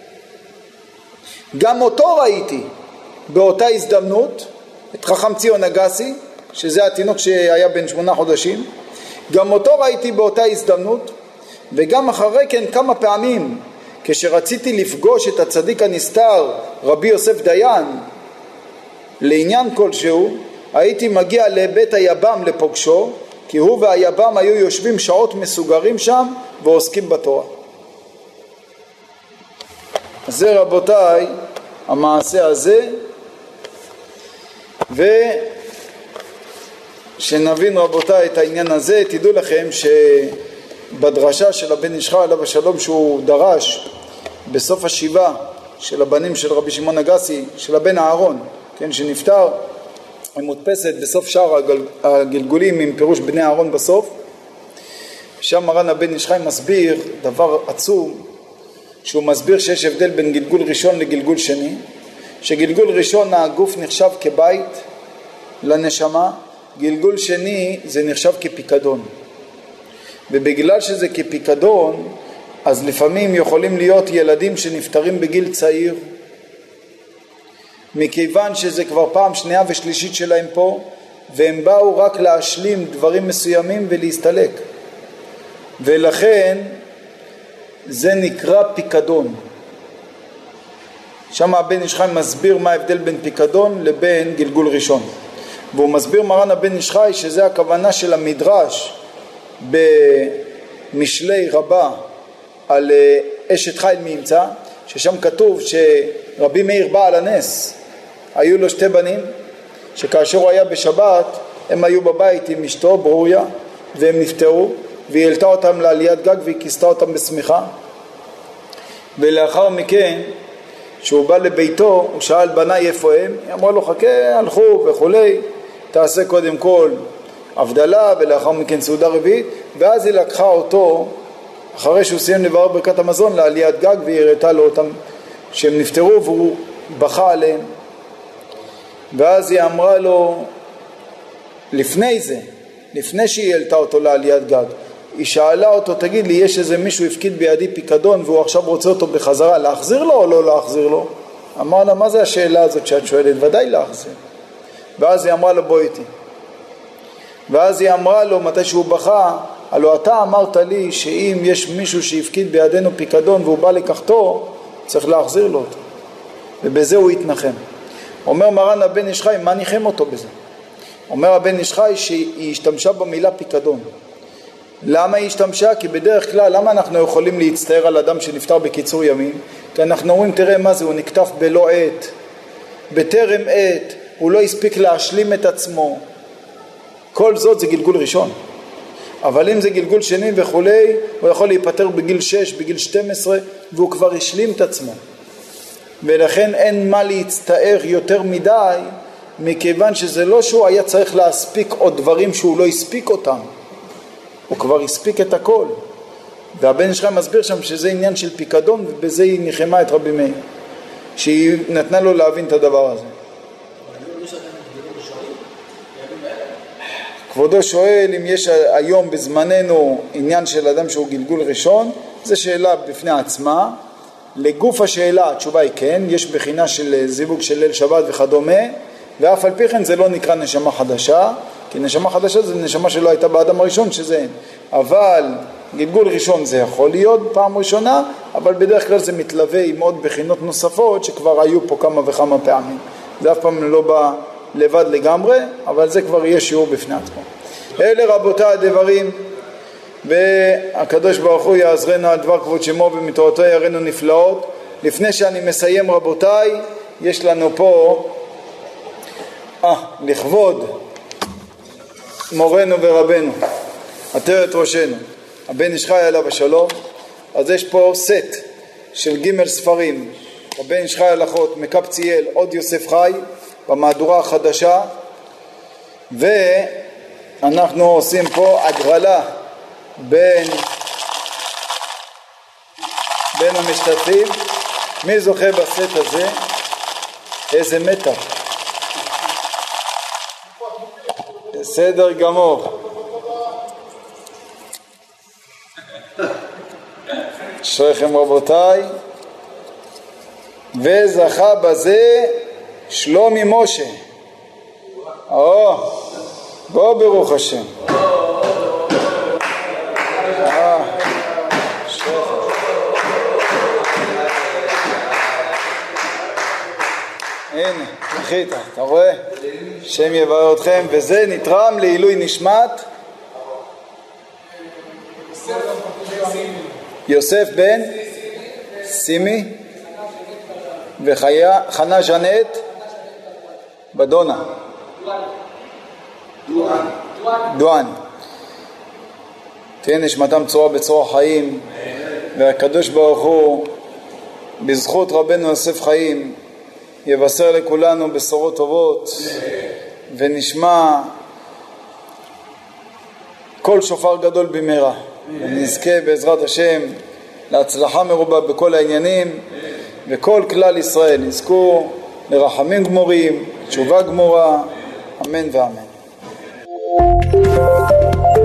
גם אותו ראיתי באותה הזדמנות, את חכם ציון אגסי, שזה התינוק שהיה בן 8 חודשים, גם אותו ראיתי באותה הזדמנות, וגם אחרי כן כמה פעמים כשרציתי לפגוש את הצדיק הנסתר רבי יוסף דיין לעניין כלשהו, הייתי מגיע לבית היבם לפוגשו, כי הוא והיבם היו יושבים שעות מסוגרים שם ועוסקים בתורה. אז זה רבותיי המעשה הזה, ושנבין רבותיי את העניין הזה. תדעו לכם שבדרשה של הבן איש חי עליו השלום שהוא דרש בסוף השבעה של הבנים של רבי שמעון אגסי, של הבן אהרון, כן, שנפטר, היא מודפסת בסוף שער הגלגולים עם פירוש בני אהרון בסוף. שם מרן הבן איש חי מסביר דבר עצום, שהוא מסביר שיש הבדל בין גלגול ראשון לגלגול שני, שגלגול ראשון הגוף נחשב כבית לנשמה, גלגול שני זה נחשב כפיקדון, ובגלל שזה כפיקדון אז לפעמים יכולים להיות ילדים שנפטרים בגיל צעיר, מכיוון שזה כבר פעם שנייה ושלישית שלהם פה, והם באו רק להשלים דברים מסוימים ולהסתלק, ולכן זה נקרא פיקדון. שם הבן איש חי מסביר מה ההבדל בין פיקדון לבין גלגול ראשון, והוא מסביר מרן הבן איש חי שזה הכוונה של המדרש במשלי רבה על אשת חיל מימצא, ששם כתוב שרבי מאיר בעל הנס היו לו 2 בנים, שכאשר הוא היה בשבת הם היו בבית עם אשתו ברוריה והם נפטרו, והיא העלתה אותם לעליית גג והיא כיסתה אותם בשמיכה, ולאחר מכן שהוא בא לביתו הוא שאל בניי איפה הם, היא אמרה לו חכה, הלכו וכולי, תעשה קודם כל הבדלה ולאחר מכן סעודה רביעית. ואז היא לקחה אותו אחרי שהוא סיים לברר ברכת המזון לעליית גג, והיא הראתה לו אותם שהם נפטרו והוא בכה עליהם. ואז היא אמרה לו לפני זה, לפני שהיא העלתה אותו לעליית גג, היא שאלה אותו, תגיד לי, יש איזה מישהו הפקיד בידי פיקדון והוא עכשיו רוצה אותו בחזרה, להחזיר לו או לא להחזיר לו? אמר לה, מה זה השאלה הזאת שאת שואלת? ודאי להחזיר. ואז היא אמרה לו, בוא איתי. ואז היא אמרה לו, מתי שהוא בכה, הלוא אתה אמרת לי שאם יש מישהו שהפקיד בידינו פיקדון והוא בא לקחתו, צריך להחזיר לו אותו. ובזה הוא התנחם. אומר מרן הבן איש חי, מה ניחם אותו בזה? אומר הבן איש חי שהיא השתמשה במילה פיקדון. למה היא השתמשה? כי בדרך כלל, למה אנחנו יכולים להצטער על אדם שנפטר בקיצור ימים? כי אנחנו אומרים, תראה מה זה, הוא נקטף בלא עת, בטרם עת, הוא לא הספיק להשלים את עצמו. כל זאת זה גלגול ראשון. אבל אם זה גלגול שני וכולי, הוא יכול להיפטר בגיל 6, בגיל 12, והוא כבר השלים את עצמו. ולכן אין מה להצטער יותר מדי, מכיוון שזה לא שהוא היה צריך להספיק עוד דברים שהוא לא הספיק אותם. הוא כבר הספיק את הכל. והבן איש חי מסביר שם שזה עניין של פיקדון, ובזה היא ניחמה את רבי מאיר, שהיא נתנה לו להבין את הדבר הזה. כבודו שואל אם יש היום בזמננו עניין של אדם שהוא גלגול ראשון, זו שאלה בפני עצמה. לגוף השאלה התשובה היא כן, יש בחינה של זיווג של ליל שבת וכדומה, ואף על פי כן זה לא נקרא נשמה חדשה, כי נשמה חדשה זה נשמה שלא הייתה באדם הראשון, שזה אין. אבל גלגול ראשון זה יכול להיות פעם ראשונה, אבל בדרך כלל זה מתלווה עם עוד בחינות נוספות שכבר היו פה כמה וכמה פעמים. זה אף פעם לא בא לבד לגמרי, אבל זה כבר יהיה שיעור בפני עצמו. אלה רבותיי הדברים, והקדוש ברוך הוא יעזרנו על דבר כבוד שמו ומתורתו יראינו נפלאות. לפני שאני מסיים רבותיי, יש לנו פה לכבוד מורנו ורבנו, עטרת ראשנו, הבן איש חי עליו השלום. אז יש פה סט של ג' ספרים, הבן איש חי הלכות, מקבציאל, עוד יוסף חי, במהדורה החדשה, ואנחנו עושים פה הגרלה בין המשתתפים. מי זוכה בסט הזה? איזה מתח. בסדר גמור. אשריכם רבותיי. וזכה בזה שלומי משה. בוא ברוך השם. הנה, נחית, אתה רואה? שם יברך אתכם, וזה נתרם לעילוי נשמת יוסף בן סימי וחנה ז'נט בדונה דואן. תהיה נשמתם צורה בצורה חיים, והקדוש ברוך הוא בזכות רבנו יוסף חיים יבשר לכולנו בשורות טובות, ונשמע כל שופר גדול במהרה, ונזכה בעזרת השם להצלחה מרובה בכל העניינים, וכל כלל ישראל יזכו לרחמים גמורים, תשובה גמורה, אמן ואמן.